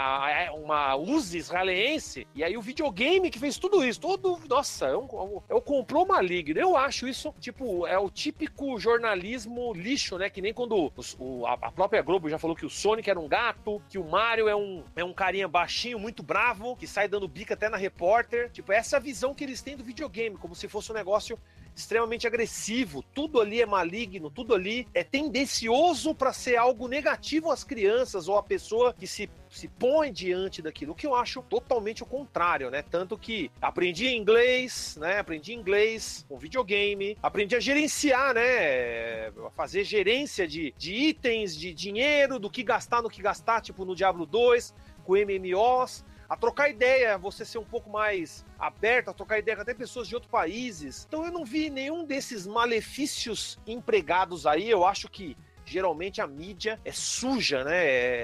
uma Uzi israelense. E aí o videogame que fez tudo isso, nossa, é um complô maligno. Eu acho isso, tipo, é o típico jornalismo lixo, né? Que nem quando a própria Globo já falou que o Sonic era um gato, que o Mario é um carinha baixinho, muito bravo, que sai dando bica até na repórter. Tipo, essa é a visão que eles têm do videogame, como se fosse um negócio extremamente agressivo, tudo ali é maligno, tudo ali é tendencioso para ser algo negativo às crianças ou à pessoa que se põe diante daquilo, o que eu acho totalmente o contrário, né? Tanto que aprendi inglês, né? Aprendi inglês com videogame, aprendi a gerenciar, né? A fazer gerência de itens, de dinheiro, do que gastar, no que gastar, tipo no Diablo 2, com MMOs, a trocar ideia, você ser um pouco mais aberto, a trocar ideia com até pessoas de outros países. Então eu não vi nenhum desses malefícios empregados aí. Eu acho que geralmente a mídia é suja, né?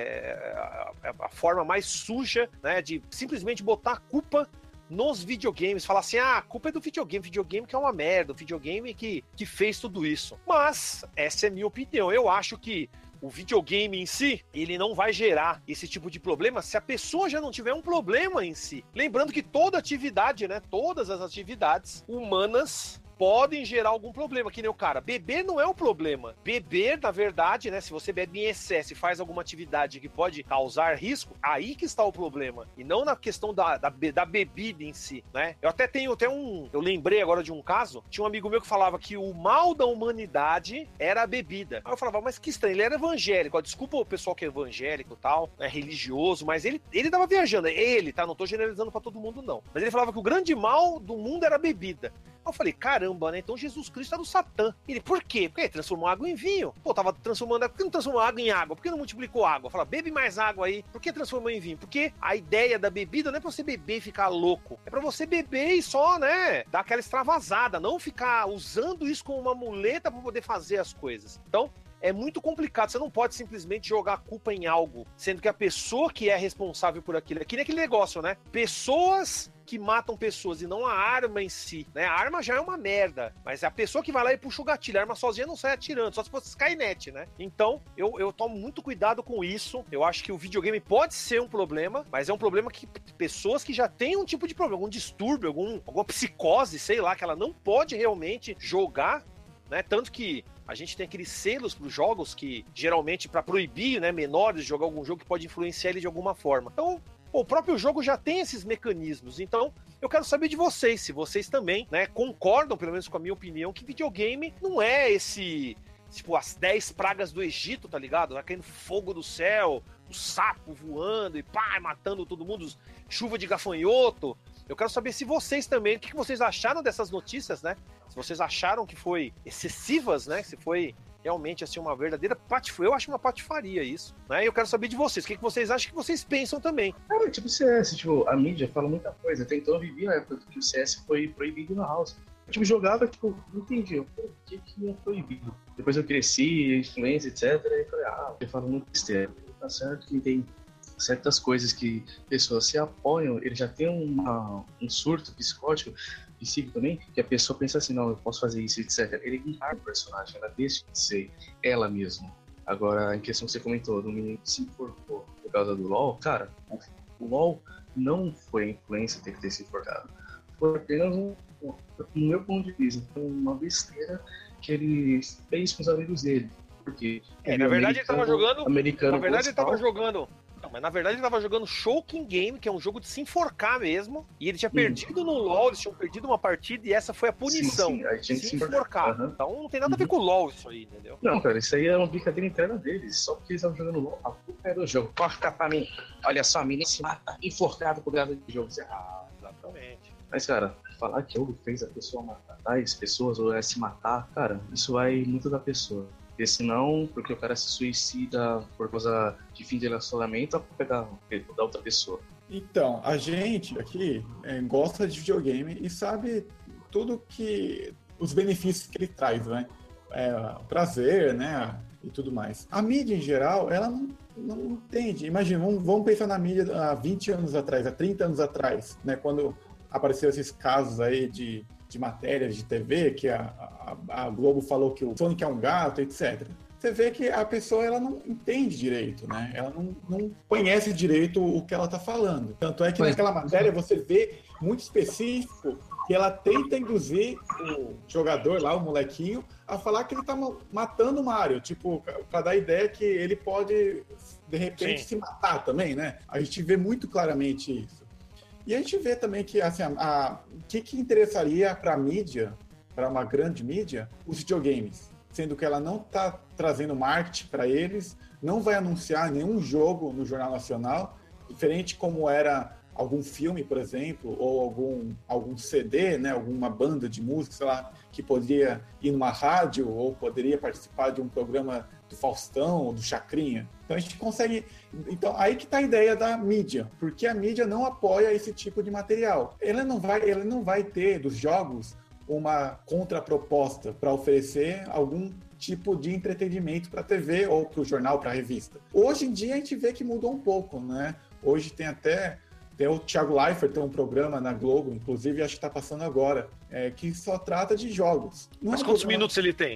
É a forma mais suja, né, de simplesmente botar a culpa nos videogames, falar assim, a culpa é do videogame que é uma merda, o videogame que fez tudo isso. Mas essa é a minha opinião. Eu acho que o videogame em si, ele não vai gerar esse tipo de problema se a pessoa já não tiver um problema em si. Lembrando que toda atividade, né, todas as atividades humanas podem gerar algum problema, que nem o cara. Beber não é o problema. Beber, na verdade, né, se você bebe em excesso e faz alguma atividade que pode causar risco, aí que está o problema. E não na questão da bebida em si, né? Eu até tenho eu lembrei agora de um caso, tinha um amigo meu que falava que o mal da humanidade era a bebida. Aí eu falava, mas que estranho, ele era evangélico. Ó, desculpa o pessoal que é evangélico e tal, né, religioso, mas ele tava viajando. Ele, tá? Não tô generalizando pra todo mundo, não. Mas ele falava que o grande mal do mundo era a bebida. Eu falei, caramba, né? Então Jesus Cristo era do Satã. Ele, por quê? Porque ele transformou água em vinho. Pô, tava transformando... Por que não transformou água em água? Por que não multiplicou água? Fala, bebe mais água aí. Por que transformou em vinho? Porque a ideia da bebida não é pra você beber e ficar louco. É pra você beber e só, né, dar aquela extravasada. Não ficar usando isso como uma muleta pra poder fazer as coisas. Então, é muito complicado, você não pode simplesmente jogar a culpa em algo, sendo que a pessoa que é responsável por aquilo, é que nem aquele negócio, né? Pessoas que matam pessoas e não a arma em si, né? A arma já é uma merda, mas é a pessoa que vai lá e puxa o gatilho. A arma sozinha não sai atirando, só se fosse Skynet, né? Então, eu tomo muito cuidado com isso. Eu acho que o videogame pode ser um problema, mas é um problema que pessoas que já têm um tipo de problema, algum distúrbio, alguma psicose, sei lá, que ela não pode realmente jogar, né? Tanto que a gente tem aqueles selos para os jogos que, geralmente, para proibir, né, menores de jogar algum jogo que pode influenciar ele de alguma forma. Então, o próprio jogo já tem esses mecanismos. Então, eu quero saber de vocês, se vocês também, né, concordam, pelo menos com a minha opinião, que videogame não é esse, tipo, as 10 pragas do Egito, tá ligado? Vai caindo fogo do céu, o sapo voando e pá, matando todo mundo, chuva de gafanhoto. Eu quero saber se vocês também, o que vocês acharam dessas notícias, né? Se vocês acharam que foi excessivas, né? Se foi realmente assim uma verdadeira patifaria. Eu acho uma patifaria isso, né? E eu quero saber de vocês. O que vocês acham, que vocês pensam também? Tipo CS, tipo, a mídia fala muita coisa. Até então eu vivi na época que o CS foi proibido na house. Eu, tipo, jogava, tipo, não entendi. Por que é proibido? Depois eu cresci, influência, etc. E falei, eu falo muito besteira. Tá certo que tem certas coisas que pessoas se apoiam, ele já tem um surto psicótico, psíquico também, que a pessoa pensa assim, não, eu posso fazer isso, etc. Ele encarna o personagem, ela deixa de ser ela mesma. Agora, em questão que você comentou, do menino que se enforcou por causa do LoL, cara, o LoL não foi a influência de ter se enforcado. Foi apenas, no meu ponto de vista, uma besteira que ele fez com os amigos dele. Porque na verdade ele tava jogando. Americano, na verdade ele tava jogando. Não, mas na verdade ele tava jogando Shulking Game, que é um jogo de se enforcar mesmo. E ele tinha perdido no LoL, eles tinham perdido uma partida e essa foi a punição. Sim, aí tinha que se enforcar. Uhum. Então não tem nada a ver com o LoL isso aí, entendeu? Não, cara, isso aí é uma brincadeira interna deles. Só porque eles estavam jogando LoL, a culpa é do jogo. Corta pra mim. Olha só, a menina se mata enforcado por causa do jogo. Exatamente. Mas, cara, falar que o jogo fez a pessoa matar as pessoas ou se matar, cara, isso vai muito da pessoa. Porque senão, porque o cara se suicida por causa de fim de relacionamento, a culpa é da outra pessoa. Então, a gente aqui gosta de videogame e sabe tudo que... os benefícios que ele traz, né? O prazer, né? E tudo mais. A mídia, em geral, ela não entende. Imagina, vamos pensar na mídia há 20 anos atrás, há 30 anos atrás, né? Quando apareceram esses casos aí de matérias de TV, que a Globo falou que o Sonic é um gato, etc. Você vê que a pessoa ela não entende direito, né? Ela não conhece direito o que ela está falando. Tanto é que naquela matéria você vê muito específico que ela tenta induzir o jogador lá, o molequinho, a falar que ele tá matando o Mario, tipo, para dar a ideia que ele pode, de repente, se matar também, né? A gente vê muito claramente isso. E a gente vê também que, assim, o que interessaria para a mídia, para uma grande mídia, os videogames, sendo que ela não está trazendo marketing para eles, não vai anunciar nenhum jogo no Jornal Nacional, diferente como era algum filme, por exemplo, ou algum CD, né, alguma banda de música, sei lá, que poderia ir numa rádio ou poderia participar de um programa do Faustão ou do Chacrinha. Então a gente consegue... Então aí que está a ideia da mídia, porque a mídia não apoia esse tipo de material. Ela não vai ter dos jogos uma contraproposta para oferecer algum tipo de entretenimento para a TV ou para o jornal, para a revista. Hoje em dia a gente vê que mudou um pouco, né? Hoje tem até o Thiago Leifert, tem um programa na Globo, inclusive acho que está passando agora, que só trata de jogos. Mas quantos minutos ele tem?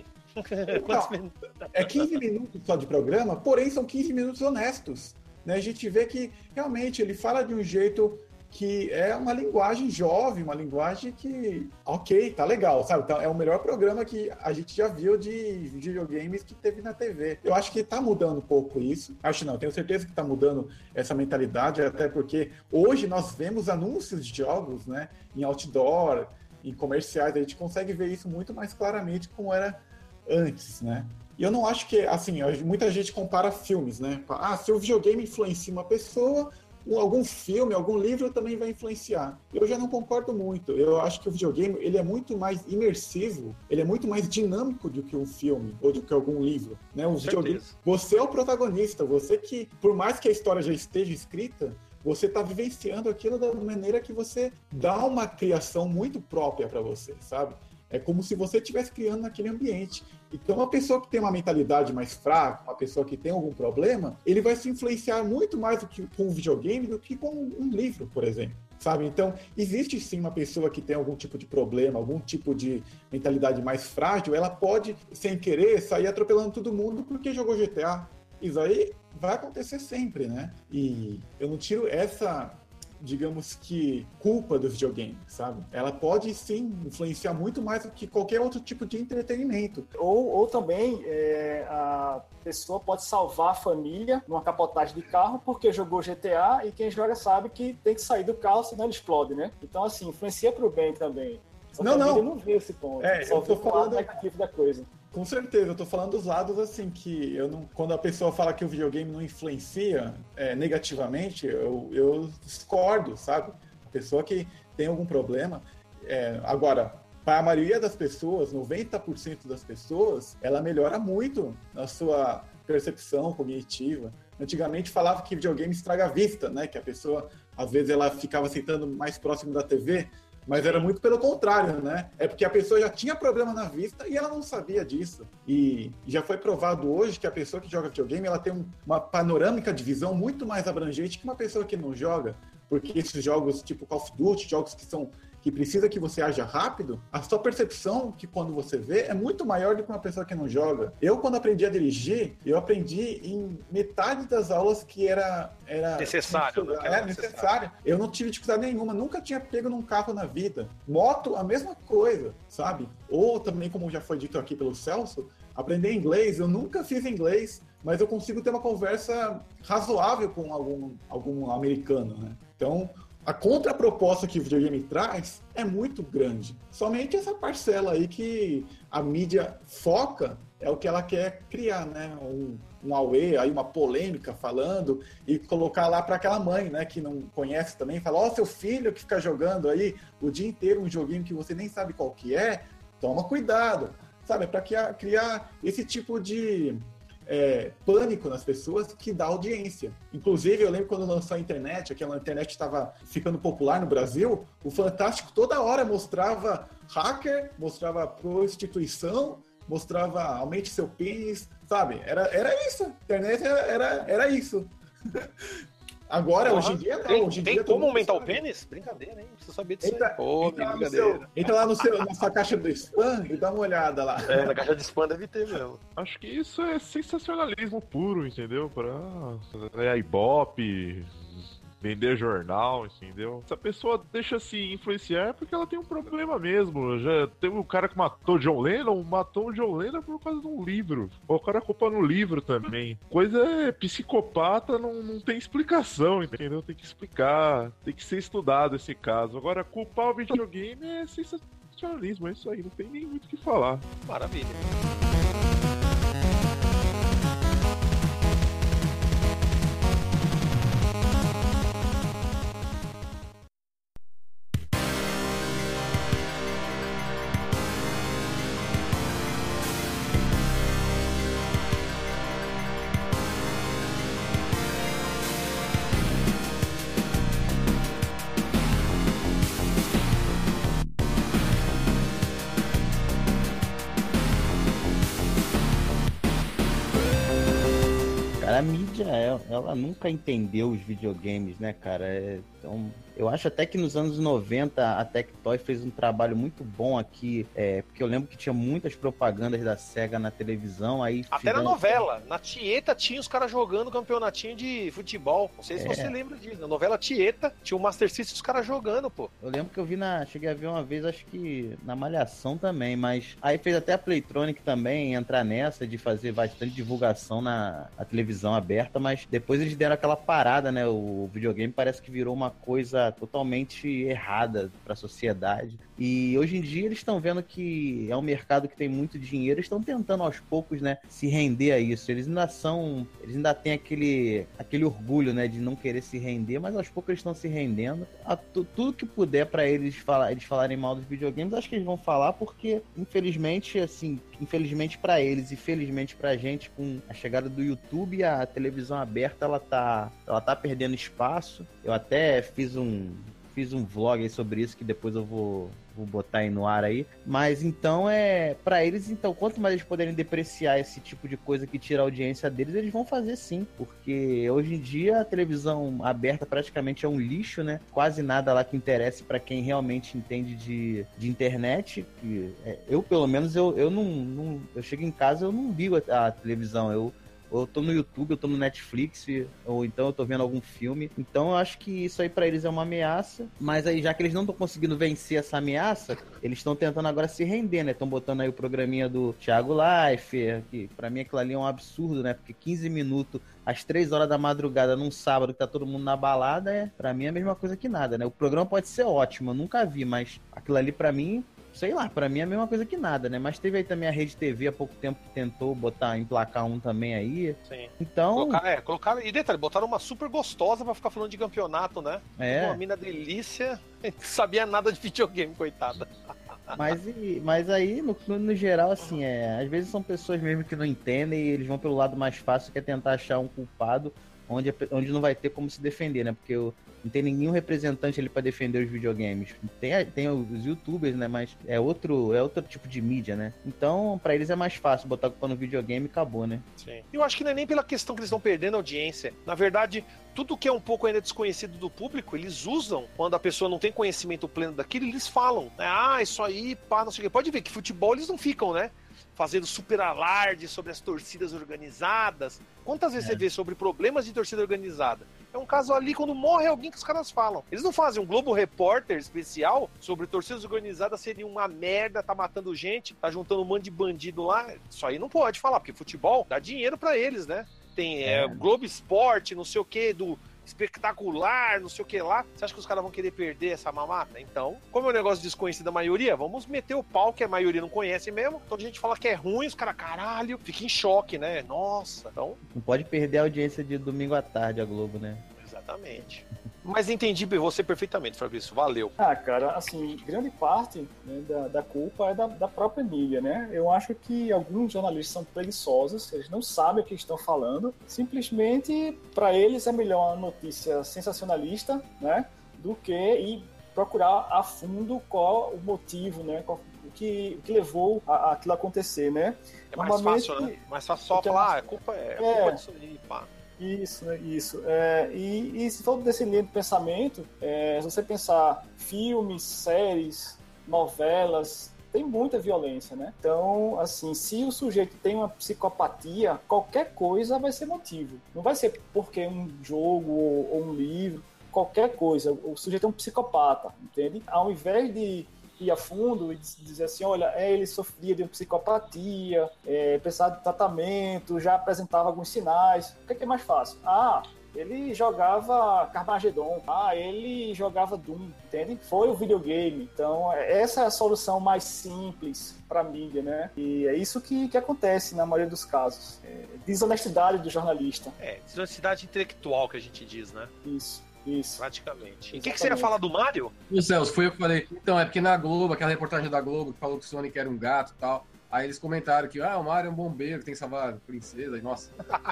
Então, é 15 minutos só de programa, porém são 15 minutos honestos. Né? A gente vê que realmente ele fala de um jeito que é uma linguagem jovem, uma linguagem que, ok, tá legal, sabe? Então, é o melhor programa que a gente já viu de videogames que teve na TV. Eu acho que tá mudando um pouco isso. Acho não, tenho certeza que tá mudando essa mentalidade, até porque hoje nós vemos anúncios de jogos, né? Em outdoor, em comerciais, a gente consegue ver isso muito mais claramente como era antes, né? E eu não acho que, assim, muita gente compara filmes, né? Se o videogame influencia uma pessoa, algum filme, algum livro também vai influenciar. Eu já não concordo muito. Eu acho que o videogame, ele é muito mais imersivo, ele é muito mais dinâmico do que um filme ou do que algum livro, né? O videogame, você é o protagonista, você que, por mais que a história já esteja escrita, você está vivenciando aquilo da maneira que você dá uma criação muito própria para você, sabe? É como se você estivesse criando naquele ambiente. Então, uma pessoa que tem uma mentalidade mais fraca, uma pessoa que tem algum problema, ele vai se influenciar muito mais com um videogame do que com um livro, por exemplo. sabe? Então, existe sim uma pessoa que tem algum tipo de problema, algum tipo de mentalidade mais frágil, ela pode, sem querer, sair atropelando todo mundo porque jogou GTA. Isso aí vai acontecer sempre, né? E eu não tiro essa, digamos que, culpa do videogame, sabe? Ela pode sim influenciar muito mais do que qualquer outro tipo de entretenimento. Ou também a pessoa pode salvar a família numa capotagem de carro porque jogou GTA e quem joga sabe que tem que sair do carro senão ele explode, né? Então, assim, influencia pro bem também. Só que a mídia não vê esse ponto. Só eu tô vê o lado negativo da coisa. Com certeza, eu tô falando dos lados assim, que eu não, quando a pessoa fala que o videogame não influencia negativamente, eu discordo, sabe? A pessoa que tem algum problema. Agora, para a maioria das pessoas, 90% das pessoas, ela melhora muito na sua percepção cognitiva. Antigamente falava que videogame estraga a vista, né? Que a pessoa, às vezes, ela ficava sentando mais próximo da TV. Mas era muito pelo contrário, né? É porque a pessoa já tinha problema na vista e ela não sabia disso. E já foi provado hoje que a pessoa que joga videogame, ela tem uma panorâmica de visão muito mais abrangente que uma pessoa que não joga. Porque esses jogos tipo Call of Duty, jogos que precisa que você haja rápido, a sua percepção que quando você vê é muito maior do que uma pessoa que não joga. Eu, quando aprendi a dirigir, eu aprendi em metade das aulas que era necessário. Necessário. Eu não tive dificuldade nenhuma, nunca tinha pego num carro na vida. Moto, a mesma coisa, sabe? Ou também, como já foi dito aqui pelo Celso, aprender inglês, eu nunca fiz inglês, mas eu consigo ter uma conversa razoável com algum americano, né? Então, a contraproposta que o videogame traz é muito grande. Somente essa parcela aí que a mídia foca é o que ela quer criar, né? Um auê, aí uma polêmica falando e colocar lá para aquela mãe, né? Que não conhece também, fala, ó, seu filho que fica jogando aí o dia inteiro um joguinho que você nem sabe qual que é, toma cuidado, sabe? É para criar esse tipo de pânico nas pessoas que dá audiência. Inclusive, eu lembro quando lançou a internet, aquela internet estava ficando popular no Brasil, o Fantástico toda hora mostrava hacker, mostrava prostituição, mostrava aumente seu pênis, sabe? Era isso. A internet era isso. Agora, hoje em dia, não. Tem como aumentar o pênis? Brincadeira, hein? Você sabia disso aí. Entra lá na sua caixa do spam e dá uma olhada lá. Na caixa de spam deve ter mesmo. Acho que isso é sensacionalismo puro, entendeu? Pra Ibope, vender jornal, entendeu? Essa pessoa deixa se influenciar porque ela tem um problema mesmo. Já teve um cara que matou o John Lennon por causa de um livro. O cara culpa no livro também. Coisa psicopata, não tem explicação, entendeu? Tem que explicar, tem que ser estudado esse caso. Agora, culpar o videogame é sensacionalismo, é isso aí, não tem nem muito o que falar. Maravilha. A mídia, ela nunca entendeu os videogames, né, cara? Então, eu acho até que nos anos 90 a Tectoy fez um trabalho muito bom aqui, porque eu lembro que tinha muitas propagandas da SEGA na televisão. Aí até na novela, na Tieta tinha os caras jogando campeonatinho de futebol. Não sei se você lembra disso. Na novela Tieta tinha o Master System os caras jogando, pô. Eu lembro que eu cheguei a ver uma vez, acho que na Malhação também, mas aí fez até a Playtronic também entrar nessa de fazer bastante divulgação na televisão aberta, mas depois eles deram aquela parada, né? O videogame parece que virou uma coisa totalmente errada para a sociedade. E hoje em dia eles estão vendo que é um mercado que tem muito dinheiro, estão tentando aos poucos, né, se render a isso. Eles ainda têm aquele orgulho, né, de não querer se render, mas aos poucos eles estão se rendendo. Tudo que puder para eles falarem mal dos videogames, acho que eles vão falar, porque infelizmente para eles e felizmente pra gente, com a chegada do YouTube, a televisão aberta ela tá perdendo espaço. Eu até fiz fiz um vlog aí sobre isso, que depois eu vou botar aí no ar aí. Mas então pra eles, então, quanto mais eles puderem depreciar esse tipo de coisa que tira a audiência deles, eles vão fazer sim. Porque hoje em dia a televisão aberta praticamente é um lixo, né? Quase nada lá que interesse pra quem realmente entende de internet. Eu, pelo menos, eu não. Eu chego em casa, eu não ligo a televisão. Eu tô no YouTube, eu tô no Netflix, ou então eu tô vendo algum filme. Então eu acho que isso aí pra eles é uma ameaça. Mas aí, já que eles não estão conseguindo vencer essa ameaça, eles estão tentando agora se render, né? Estão botando aí o programinha do Thiago Leifert, que pra mim aquilo ali é um absurdo, né? Porque 15 minutos às 3 horas da madrugada num sábado que tá todo mundo na balada, pra mim é a mesma coisa que nada, né? O programa pode ser ótimo, eu nunca vi, mas aquilo ali pra mim, sei lá, pra mim é a mesma coisa que nada, né? Mas teve aí também a Rede TV há pouco tempo que tentou emplacar um também aí. Sim. Então... Colocaram... E detalhe, botaram uma super gostosa pra ficar falando de campeonato, né? É. Uma mina delícia, não sabia nada de videogame, coitada. Mas aí, no geral, assim, às vezes são pessoas mesmo que não entendem e eles vão pelo lado mais fácil, que é tentar achar um culpado onde não vai ter como se defender, né? Porque não tem nenhum representante ali pra defender os videogames. Tem os youtubers, né? Mas é outro tipo de mídia, né? Então, pra eles é mais fácil botar a culpa no videogame e acabou, né? Sim. Eu acho que não é nem pela questão que eles estão perdendo audiência. Na verdade, tudo que é um pouco ainda desconhecido do público, eles usam quando a pessoa não tem conhecimento pleno daquilo, eles falam, né? Ah, isso aí, pá, não sei o quê. Pode ver que futebol eles não ficam, né? Fazendo super alarde sobre as torcidas organizadas. Quantas vezes você vê sobre problemas de torcida organizada? É um caso ali quando morre alguém que os caras falam. Eles não fazem um Globo Repórter especial sobre torcidas organizadas seria uma merda, tá matando gente, tá juntando um monte de bandido lá. Isso aí não pode falar, porque futebol dá dinheiro pra eles, né? Tem Globo Esporte, não sei o que, do espetacular, não sei o que lá. Você acha que os caras vão querer perder essa mamata? Então, como é um negócio desconhecido da maioria, vamos meter o pau que a maioria não conhece mesmo. Então a gente fala que é ruim, os caras, caralho, fica em choque, né? Nossa, então... Não pode perder a audiência de domingo à tarde, a Globo, né? Exatamente. Mas entendi você perfeitamente, Fabrício. Valeu. Cara, assim, grande parte, né, da culpa é da própria mídia, né? Eu acho que alguns jornalistas são preguiçosos, eles não sabem o que estão falando. Simplesmente, para eles, é melhor uma notícia sensacionalista, né? Do que ir procurar a fundo qual o motivo, né? O que levou aquilo a acontecer, né? É mais fácil, né? Mais fácil só falar, a culpa é disso aí, pá. Isso. E se for desse linha de pensamento, se você pensar filmes, séries, novelas, tem muita violência, né? Então, assim, se o sujeito tem uma psicopatia, qualquer coisa vai ser motivo. Não vai ser porque um jogo ou um livro, qualquer coisa. O sujeito é um psicopata, entende? Ao invés de ir a fundo e dizer assim, olha, ele sofria de uma psicopatia, precisava de tratamento, já apresentava alguns sinais. O que é mais fácil? Ele jogava Carmageddon, ele jogava Doom, entende? Foi o videogame. Então, essa é a solução mais simples para a mídia, né? E é isso que acontece na maioria dos casos. Desonestidade do jornalista. Desonestidade intelectual que a gente diz, né? Isso. Praticamente. E o que você ia falar do Mario? O Celso, foi eu que falei. Então, é porque na Globo, aquela reportagem da Globo que falou que o Sonic era um gato e tal. Aí eles comentaram que o Mario é um bombeiro que tem que salvar a princesa. E, nossa.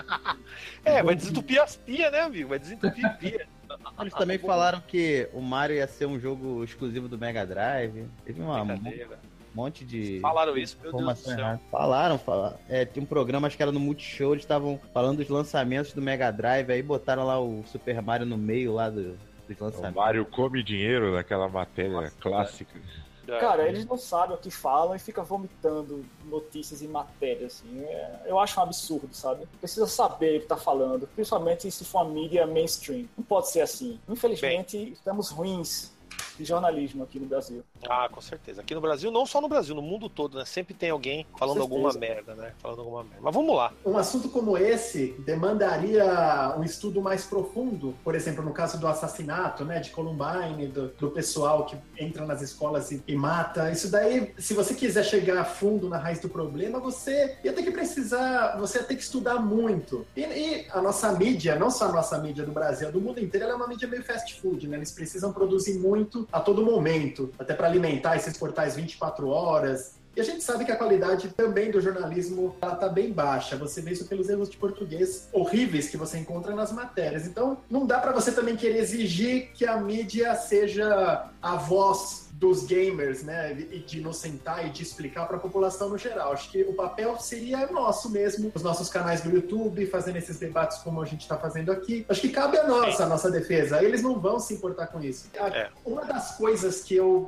Vai desentupir as pias, né, amigo? Vai desentupir a pia. Eles também falaram que o Mario ia ser um jogo exclusivo do Mega Drive. Teve um monte de... Falaram isso, meu Deus do céu. Falaram. Tinha um programa, acho que era no Multishow, eles estavam falando dos lançamentos do Mega Drive, aí botaram lá o Super Mario no meio lá dos lançamentos. O Mario come dinheiro naquela matéria clássica. Cara, eles não sabem o que falam e ficam vomitando notícias e matérias, assim. Eu acho um absurdo, sabe? Precisa saber o que tá falando, principalmente se for uma mídia mainstream. Não pode ser assim. Infelizmente, estamos ruins de jornalismo aqui no Brasil. Com certeza. Aqui no Brasil, não só no Brasil, no mundo todo, né? Sempre tem alguém falando alguma merda, né? Mas vamos lá. Um assunto como esse demandaria um estudo mais profundo, por exemplo, no caso do assassinato, né, de Columbine, do pessoal que entra nas escolas e mata. Isso daí, se você quiser chegar a fundo na raiz do problema, você ia ter que estudar muito. E a nossa mídia, não só a nossa mídia do Brasil, do mundo inteiro, ela é uma mídia meio fast food, né? Eles precisam produzir muito a todo momento, até para alimentar esses portais 24 horas, E a gente sabe que a qualidade também do jornalismo ela tá bem baixa. Você vê isso pelos erros de português horríveis que você encontra nas matérias. Então, não dá para você também querer exigir que a mídia seja a voz dos gamers, né, e de nos sentar e de explicar para a população no geral. Acho que o papel seria nosso mesmo, os nossos canais do YouTube, fazendo esses debates como a gente está fazendo aqui. Acho que cabe a nossa defesa. Eles não vão se importar com isso. Uma das coisas que eu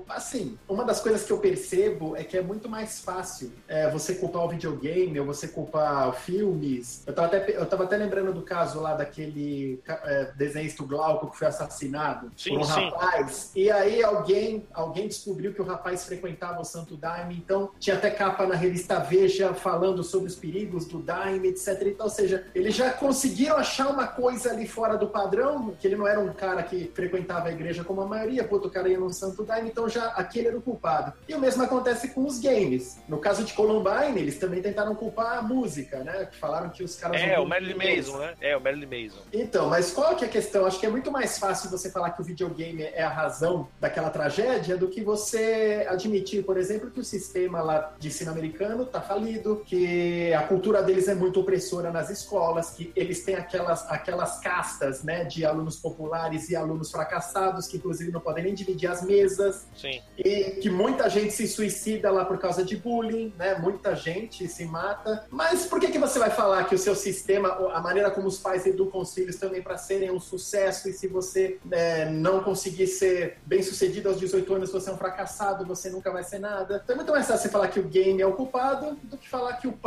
percebo é que é muito mais fácil você culpar o videogame ou você culpar filmes. Eu tava até lembrando do caso lá daquele desenhista Glauco que foi assassinado por um rapaz. E aí alguém descobriu que o rapaz frequentava o Santo Daime, então tinha até capa na revista Veja falando sobre os perigos do Daime, etc. Então, ou seja, eles já conseguiram achar uma coisa ali fora do padrão, que ele não era um cara que frequentava a igreja como a maioria, o cara ia no Santo Daime, então já aquele era o culpado. E o mesmo acontece com os games. No caso de Columbine, eles também tentaram culpar a música, né? Que falaram que os caras... o Marilyn Manson, né? O Marilyn Manson. Então, mas qual que é a questão? Acho que é muito mais fácil você falar que o videogame é a razão daquela tragédia do que você admitir, por exemplo, que o sistema lá de ensino americano tá falido, que a cultura deles é muito opressora nas escolas, que eles têm aquelas castas, né, de alunos populares e alunos fracassados, que inclusive não podem nem dividir as mesas. Sim. E que muita gente se suicida lá por causa de bullying, né? Muita gente se mata. Mas por que você vai falar que o seu sistema, a maneira como os pais educam os filhos também para serem um sucesso, e se você não conseguir ser bem sucedido aos 18 anos, você é um fracassado, você nunca vai ser nada. Então é muito mais fácil você falar que o game é o culpado do que falar que os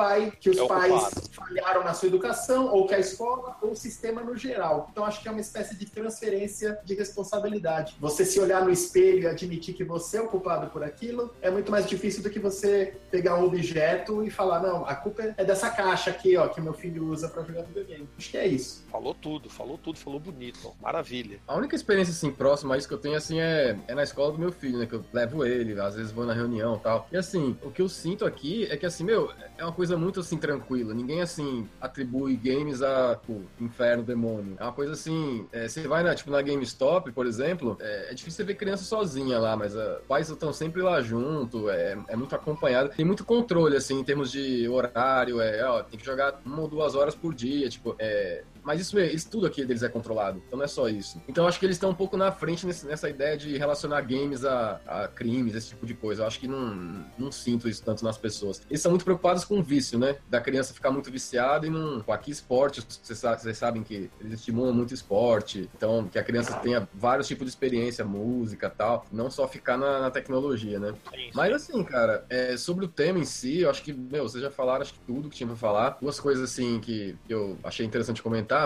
pais falharam na sua educação, ou que a escola, ou o sistema no geral. Então acho que é uma espécie de transferência de responsabilidade. Você se olhar no espelho e admitir que você é o culpado por aquilo é muito mais difícil do que você pegar um objeto e falar, não, a culpa é dessa caixa aqui, ó, que meu filho usa pra jogar videogame. Acho que é isso. Falou tudo, falou bonito. Maravilha. A única experiência, assim, próxima a isso que eu tenho, assim, é na escola do meu filho, né, que eu levo ele, às vezes vou na reunião e tal. E, assim, o que eu sinto aqui é que, assim, é uma coisa muito, assim, tranquila. Ninguém, assim, atribui games a, inferno, demônio. É uma coisa, assim, você vai, na GameStop, por exemplo, é difícil você ver criança sozinha lá, mas os pais estão sempre lá junto, é muito acompanhado. Tem muito controle, assim, em termos de horário, tem que jogar 1 ou 2 horas por dia, tipo, mas isso tudo aqui deles é controlado, então não é só isso. Então eu acho que eles estão um pouco na frente nessa ideia de relacionar games a crimes, esse tipo de coisa. Eu acho que não sinto isso tanto nas pessoas. Eles são muito preocupados com o vício, né? Da criança ficar muito viciada e não... Aqui esporte, vocês sabem que eles estimulam muito esporte, então que a criança tenha vários tipos de experiência, música e tal, não só ficar na tecnologia, né? Sim. Mas assim, cara, sobre o tema em si, eu acho que, vocês já falaram, acho que tudo que tinha pra falar. 2 coisas, assim, que eu achei interessante comentar,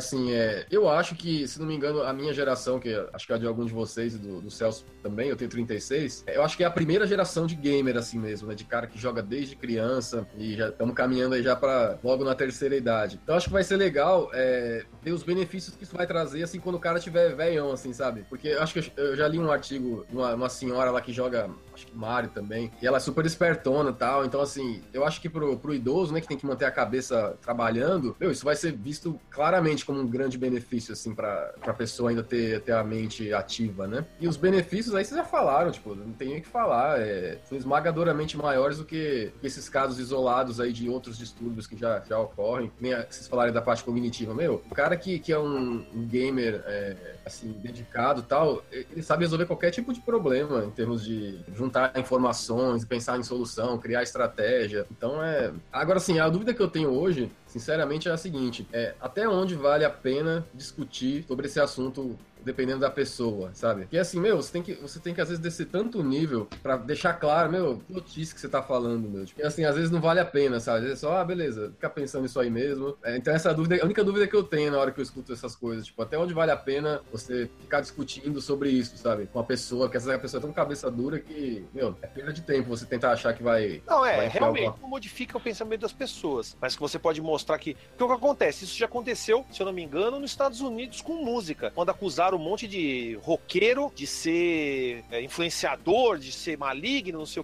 eu acho que, se não me engano, a minha geração, que acho que é de alguns de vocês e do Celso também, eu tenho 36, eu acho que é a primeira geração de gamer, assim mesmo, né? De cara que joga desde criança e já estamos caminhando aí já pra logo na terceira idade. Então acho que vai ser legal ver os benefícios que isso vai trazer, assim, quando o cara tiver velhão, assim, sabe? Porque eu acho que eu já li um artigo de uma senhora lá que joga, acho que Mario também, e ela é super espertona e tal, então assim, eu acho que pro idoso, né, que tem que manter a cabeça trabalhando, isso vai ser visto claramente como um grande benefício, assim, pra pessoa ainda ter a mente ativa, né? E os benefícios aí vocês já falaram, tipo, não tem nem o que falar, são esmagadoramente maiores do que esses casos isolados aí de outros distúrbios que já ocorrem, nem vocês falarem da parte cognitiva, o cara que é um gamer, assim, dedicado e tal, ele sabe resolver qualquer tipo de problema em termos de juntar informações, pensar em solução, criar estratégia. Então Agora, assim, a dúvida que eu tenho hoje, sinceramente, é a seguinte: até onde vale a pena discutir sobre esse assunto dependendo da pessoa, sabe? Porque assim, você tem que às vezes descer tanto nível pra deixar claro, que notícia que você tá falando, Tipo, assim, às vezes não vale a pena, sabe? Às vezes é só, beleza, fica pensando nisso aí mesmo. Então essa dúvida, a única dúvida que eu tenho na hora que eu escuto essas coisas, tipo, até onde vale a pena você ficar discutindo sobre isso, sabe? Com a pessoa, porque essa pessoa é tão cabeça dura que, é perda de tempo você tentar achar que vai... Não, realmente não modifica o pensamento das pessoas, mas que você pode mostrar que... Porque o que acontece? Isso já aconteceu, se eu não me engano, nos Estados Unidos com música, quando acusaram um monte de roqueiro de ser influenciador, de ser maligno, não sei o quê.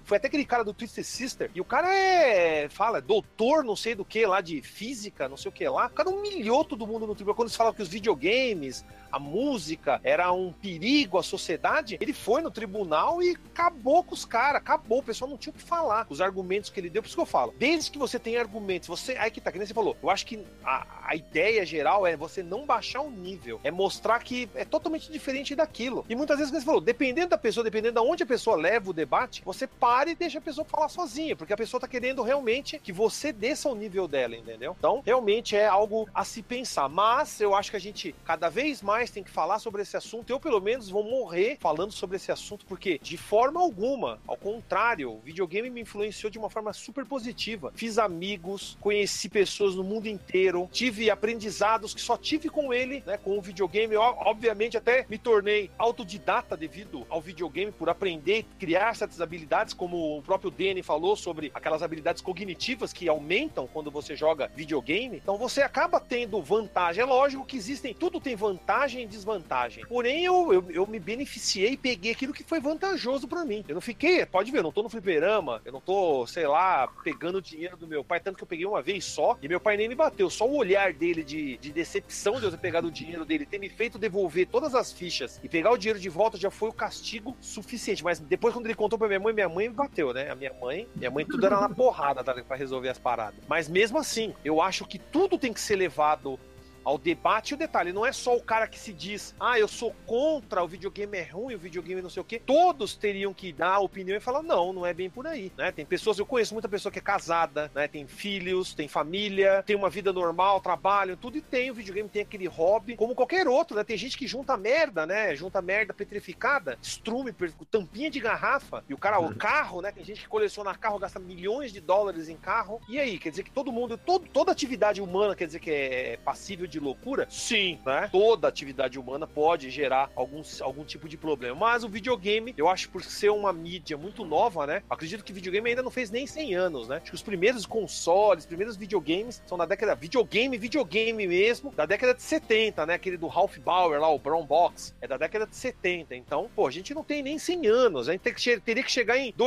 Foi até aquele cara do Twisted Sister, e o cara fala, doutor não sei do que lá, de física, não sei o que lá. O cara humilhou todo mundo no tribunal. Quando eles falavam que os videogames, a música, era um perigo à sociedade, ele foi no tribunal e acabou com os caras, acabou. O pessoal não tinha o que falar. Os argumentos que ele deu, por isso que eu falo. Desde que você tem argumentos, aí que tá, que nem você falou, eu acho que a ideia geral é você não baixar o nível, é mostrar que é totalmente diferente daquilo. E muitas vezes, como você falou, dependendo da pessoa, dependendo de onde a pessoa leva o debate, você para e deixa a pessoa falar sozinha, porque a pessoa tá querendo realmente que você desça o nível dela, entendeu? Então, realmente é algo a se pensar. Mas eu acho que a gente cada vez mais tem que falar sobre esse assunto. Eu, pelo menos, vou morrer falando sobre esse assunto, porque de forma alguma, ao contrário, o videogame me influenciou de uma forma super positiva. Fiz amigos, conheci pessoas no mundo inteiro, tive aprendizados que só tive com ele, né, com o videogame. Obviamente até me tornei autodidata devido ao videogame, por aprender e criar certas habilidades, como o próprio Danny falou sobre aquelas habilidades cognitivas que aumentam quando você joga videogame. Então você acaba tendo vantagem. É lógico que tudo tem vantagem e desvantagem. Porém, eu me beneficiei e peguei aquilo que foi vantajoso pra mim. Eu não fiquei, pode ver, eu não tô no fliperama, eu não tô, sei lá, pegando o dinheiro do meu pai, tanto que eu peguei uma vez só, e meu pai nem me bateu. Só o olhar dele de decepção de eu ter pegado o dinheiro dele, ter me feito devolver todas as fichas e pegar o dinheiro de volta, já foi o castigo suficiente. Mas depois, quando ele contou pra minha mãe me bateu, né? A minha mãe tudo era na porrada, tá, pra resolver as paradas. Mas mesmo assim, eu acho que tudo tem que ser levado ao debate. E o detalhe, não é só o cara que se diz, eu sou contra, o videogame é ruim, o videogame não sei o quê. Todos teriam que dar a opinião e falar, não é bem por aí, né? Tem pessoas, eu conheço muita pessoa que é casada, né? Tem filhos, tem família, tem uma vida normal, trabalho, tudo, e tem o videogame, tem aquele hobby, como qualquer outro, né? Tem gente que junta merda, né? Junta merda petrificada, estrume, tampinha de garrafa, e o cara, o carro, né? Tem gente que coleciona carro, gasta milhões de dólares em carro, e aí, quer dizer que todo mundo, toda atividade humana, quer dizer que é passível de loucura? Sim, né? Toda atividade humana pode gerar algum tipo de problema. Mas o videogame, eu acho, por ser uma mídia muito nova, né? Acredito que videogame ainda não fez nem 100 anos, né? Acho que os primeiros consoles, os primeiros videogames são da década... Videogame mesmo, da década de 70, né? Aquele do Ralph Bauer lá, o Brown Box, é da década de 70. Então, a gente não tem nem 100 anos. A gente teria que chegar em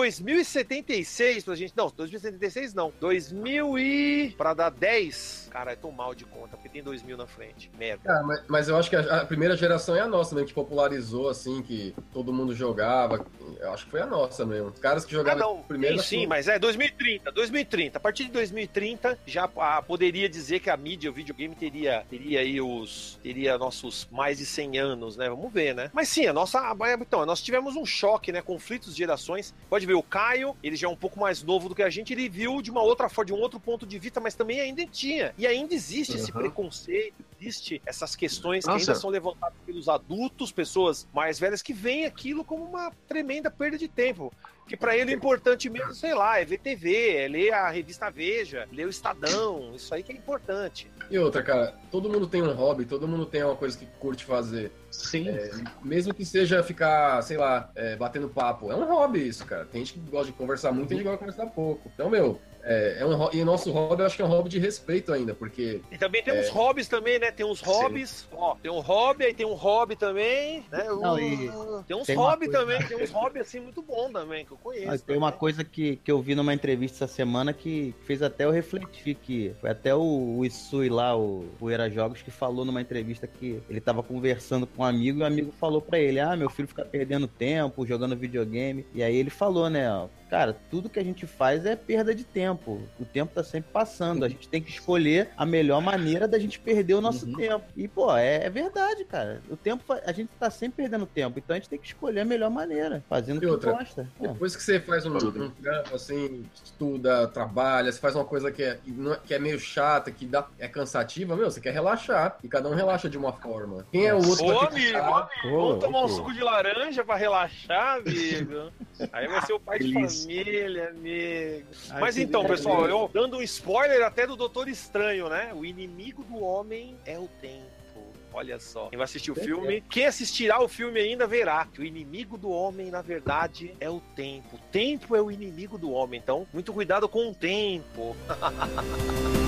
2076 pra gente... Não, 2076 não. 2000 e... Pra dar 10... Cara, eu tô mal de conta, porque tem 2000 na frente. Merda. Mas eu acho que a primeira geração é a nossa mesmo, que popularizou, assim, que todo mundo jogava. Eu acho que foi a nossa mesmo. Os caras que jogavam primeiro... Sim, mas 2030. A partir de 2030, já poderia dizer que a mídia, o videogame, teria nossos mais de 100 anos, né? Vamos ver, né? Mas sim, nós tivemos um choque, né? Conflitos de gerações. Pode ver, o Caio, ele já é um pouco mais novo do que a gente, ele viu de uma outra forma, de um outro ponto de vista, mas também ainda tinha. E ainda existe esse preconceito, existe essas questões que ainda são levantadas pelos adultos, pessoas mais velhas, que veem aquilo como uma tremenda perda de tempo. Que pra ele o importante mesmo, sei lá, é ver TV, é ler a revista Veja, ler o Estadão, isso aí que é importante. E outra, cara, todo mundo tem um hobby, todo mundo tem uma coisa que curte fazer. Sim. Mesmo que seja ficar, sei lá, batendo papo. É um hobby isso, cara. Tem gente que gosta de conversar muito, tem gente que gosta de conversar pouco. Então, e o nosso hobby, eu acho que é um hobby de respeito ainda, porque... E também tem uns hobbies também, né? Tem uns hobbies, tem um hobby, aí tem um hobby também, né? Tem uns hobbies também, tem uns hobbies assim muito bom também, que eu conheço. Tem uma coisa que eu vi numa entrevista essa semana que fez até eu refletir, que foi até o Isui lá, o Poeira Jogos, que falou numa entrevista que ele tava conversando com um amigo, e o amigo falou pra ele, meu filho fica perdendo tempo, jogando videogame, e aí ele falou, né, cara, tudo que a gente faz é perda de tempo. O tempo tá sempre passando. A gente tem que escolher a melhor maneira da gente perder o nosso tempo. E, é verdade, cara. O tempo, a gente tá sempre perdendo tempo. Então a gente tem que escolher a melhor maneira, fazendo o que gosta. Depois que você faz um trampo, assim, estuda, trabalha, você faz uma coisa que é meio chata, que é cansativa, você quer relaxar. E cada um relaxa de uma forma. Quem é o outro? Vamos tomar um suco de laranja pra relaxar, amigo. Aí vai ser o pai de família. Amigo. Mas então, pessoal, eu dando um spoiler até do Doutor Estranho, né? O inimigo do homem é o tempo. Olha só. Quem vai assistir o filme, quem assistirá o filme ainda verá que o inimigo do homem, na verdade, é o tempo. O tempo é o inimigo do homem. Então, muito cuidado com o tempo.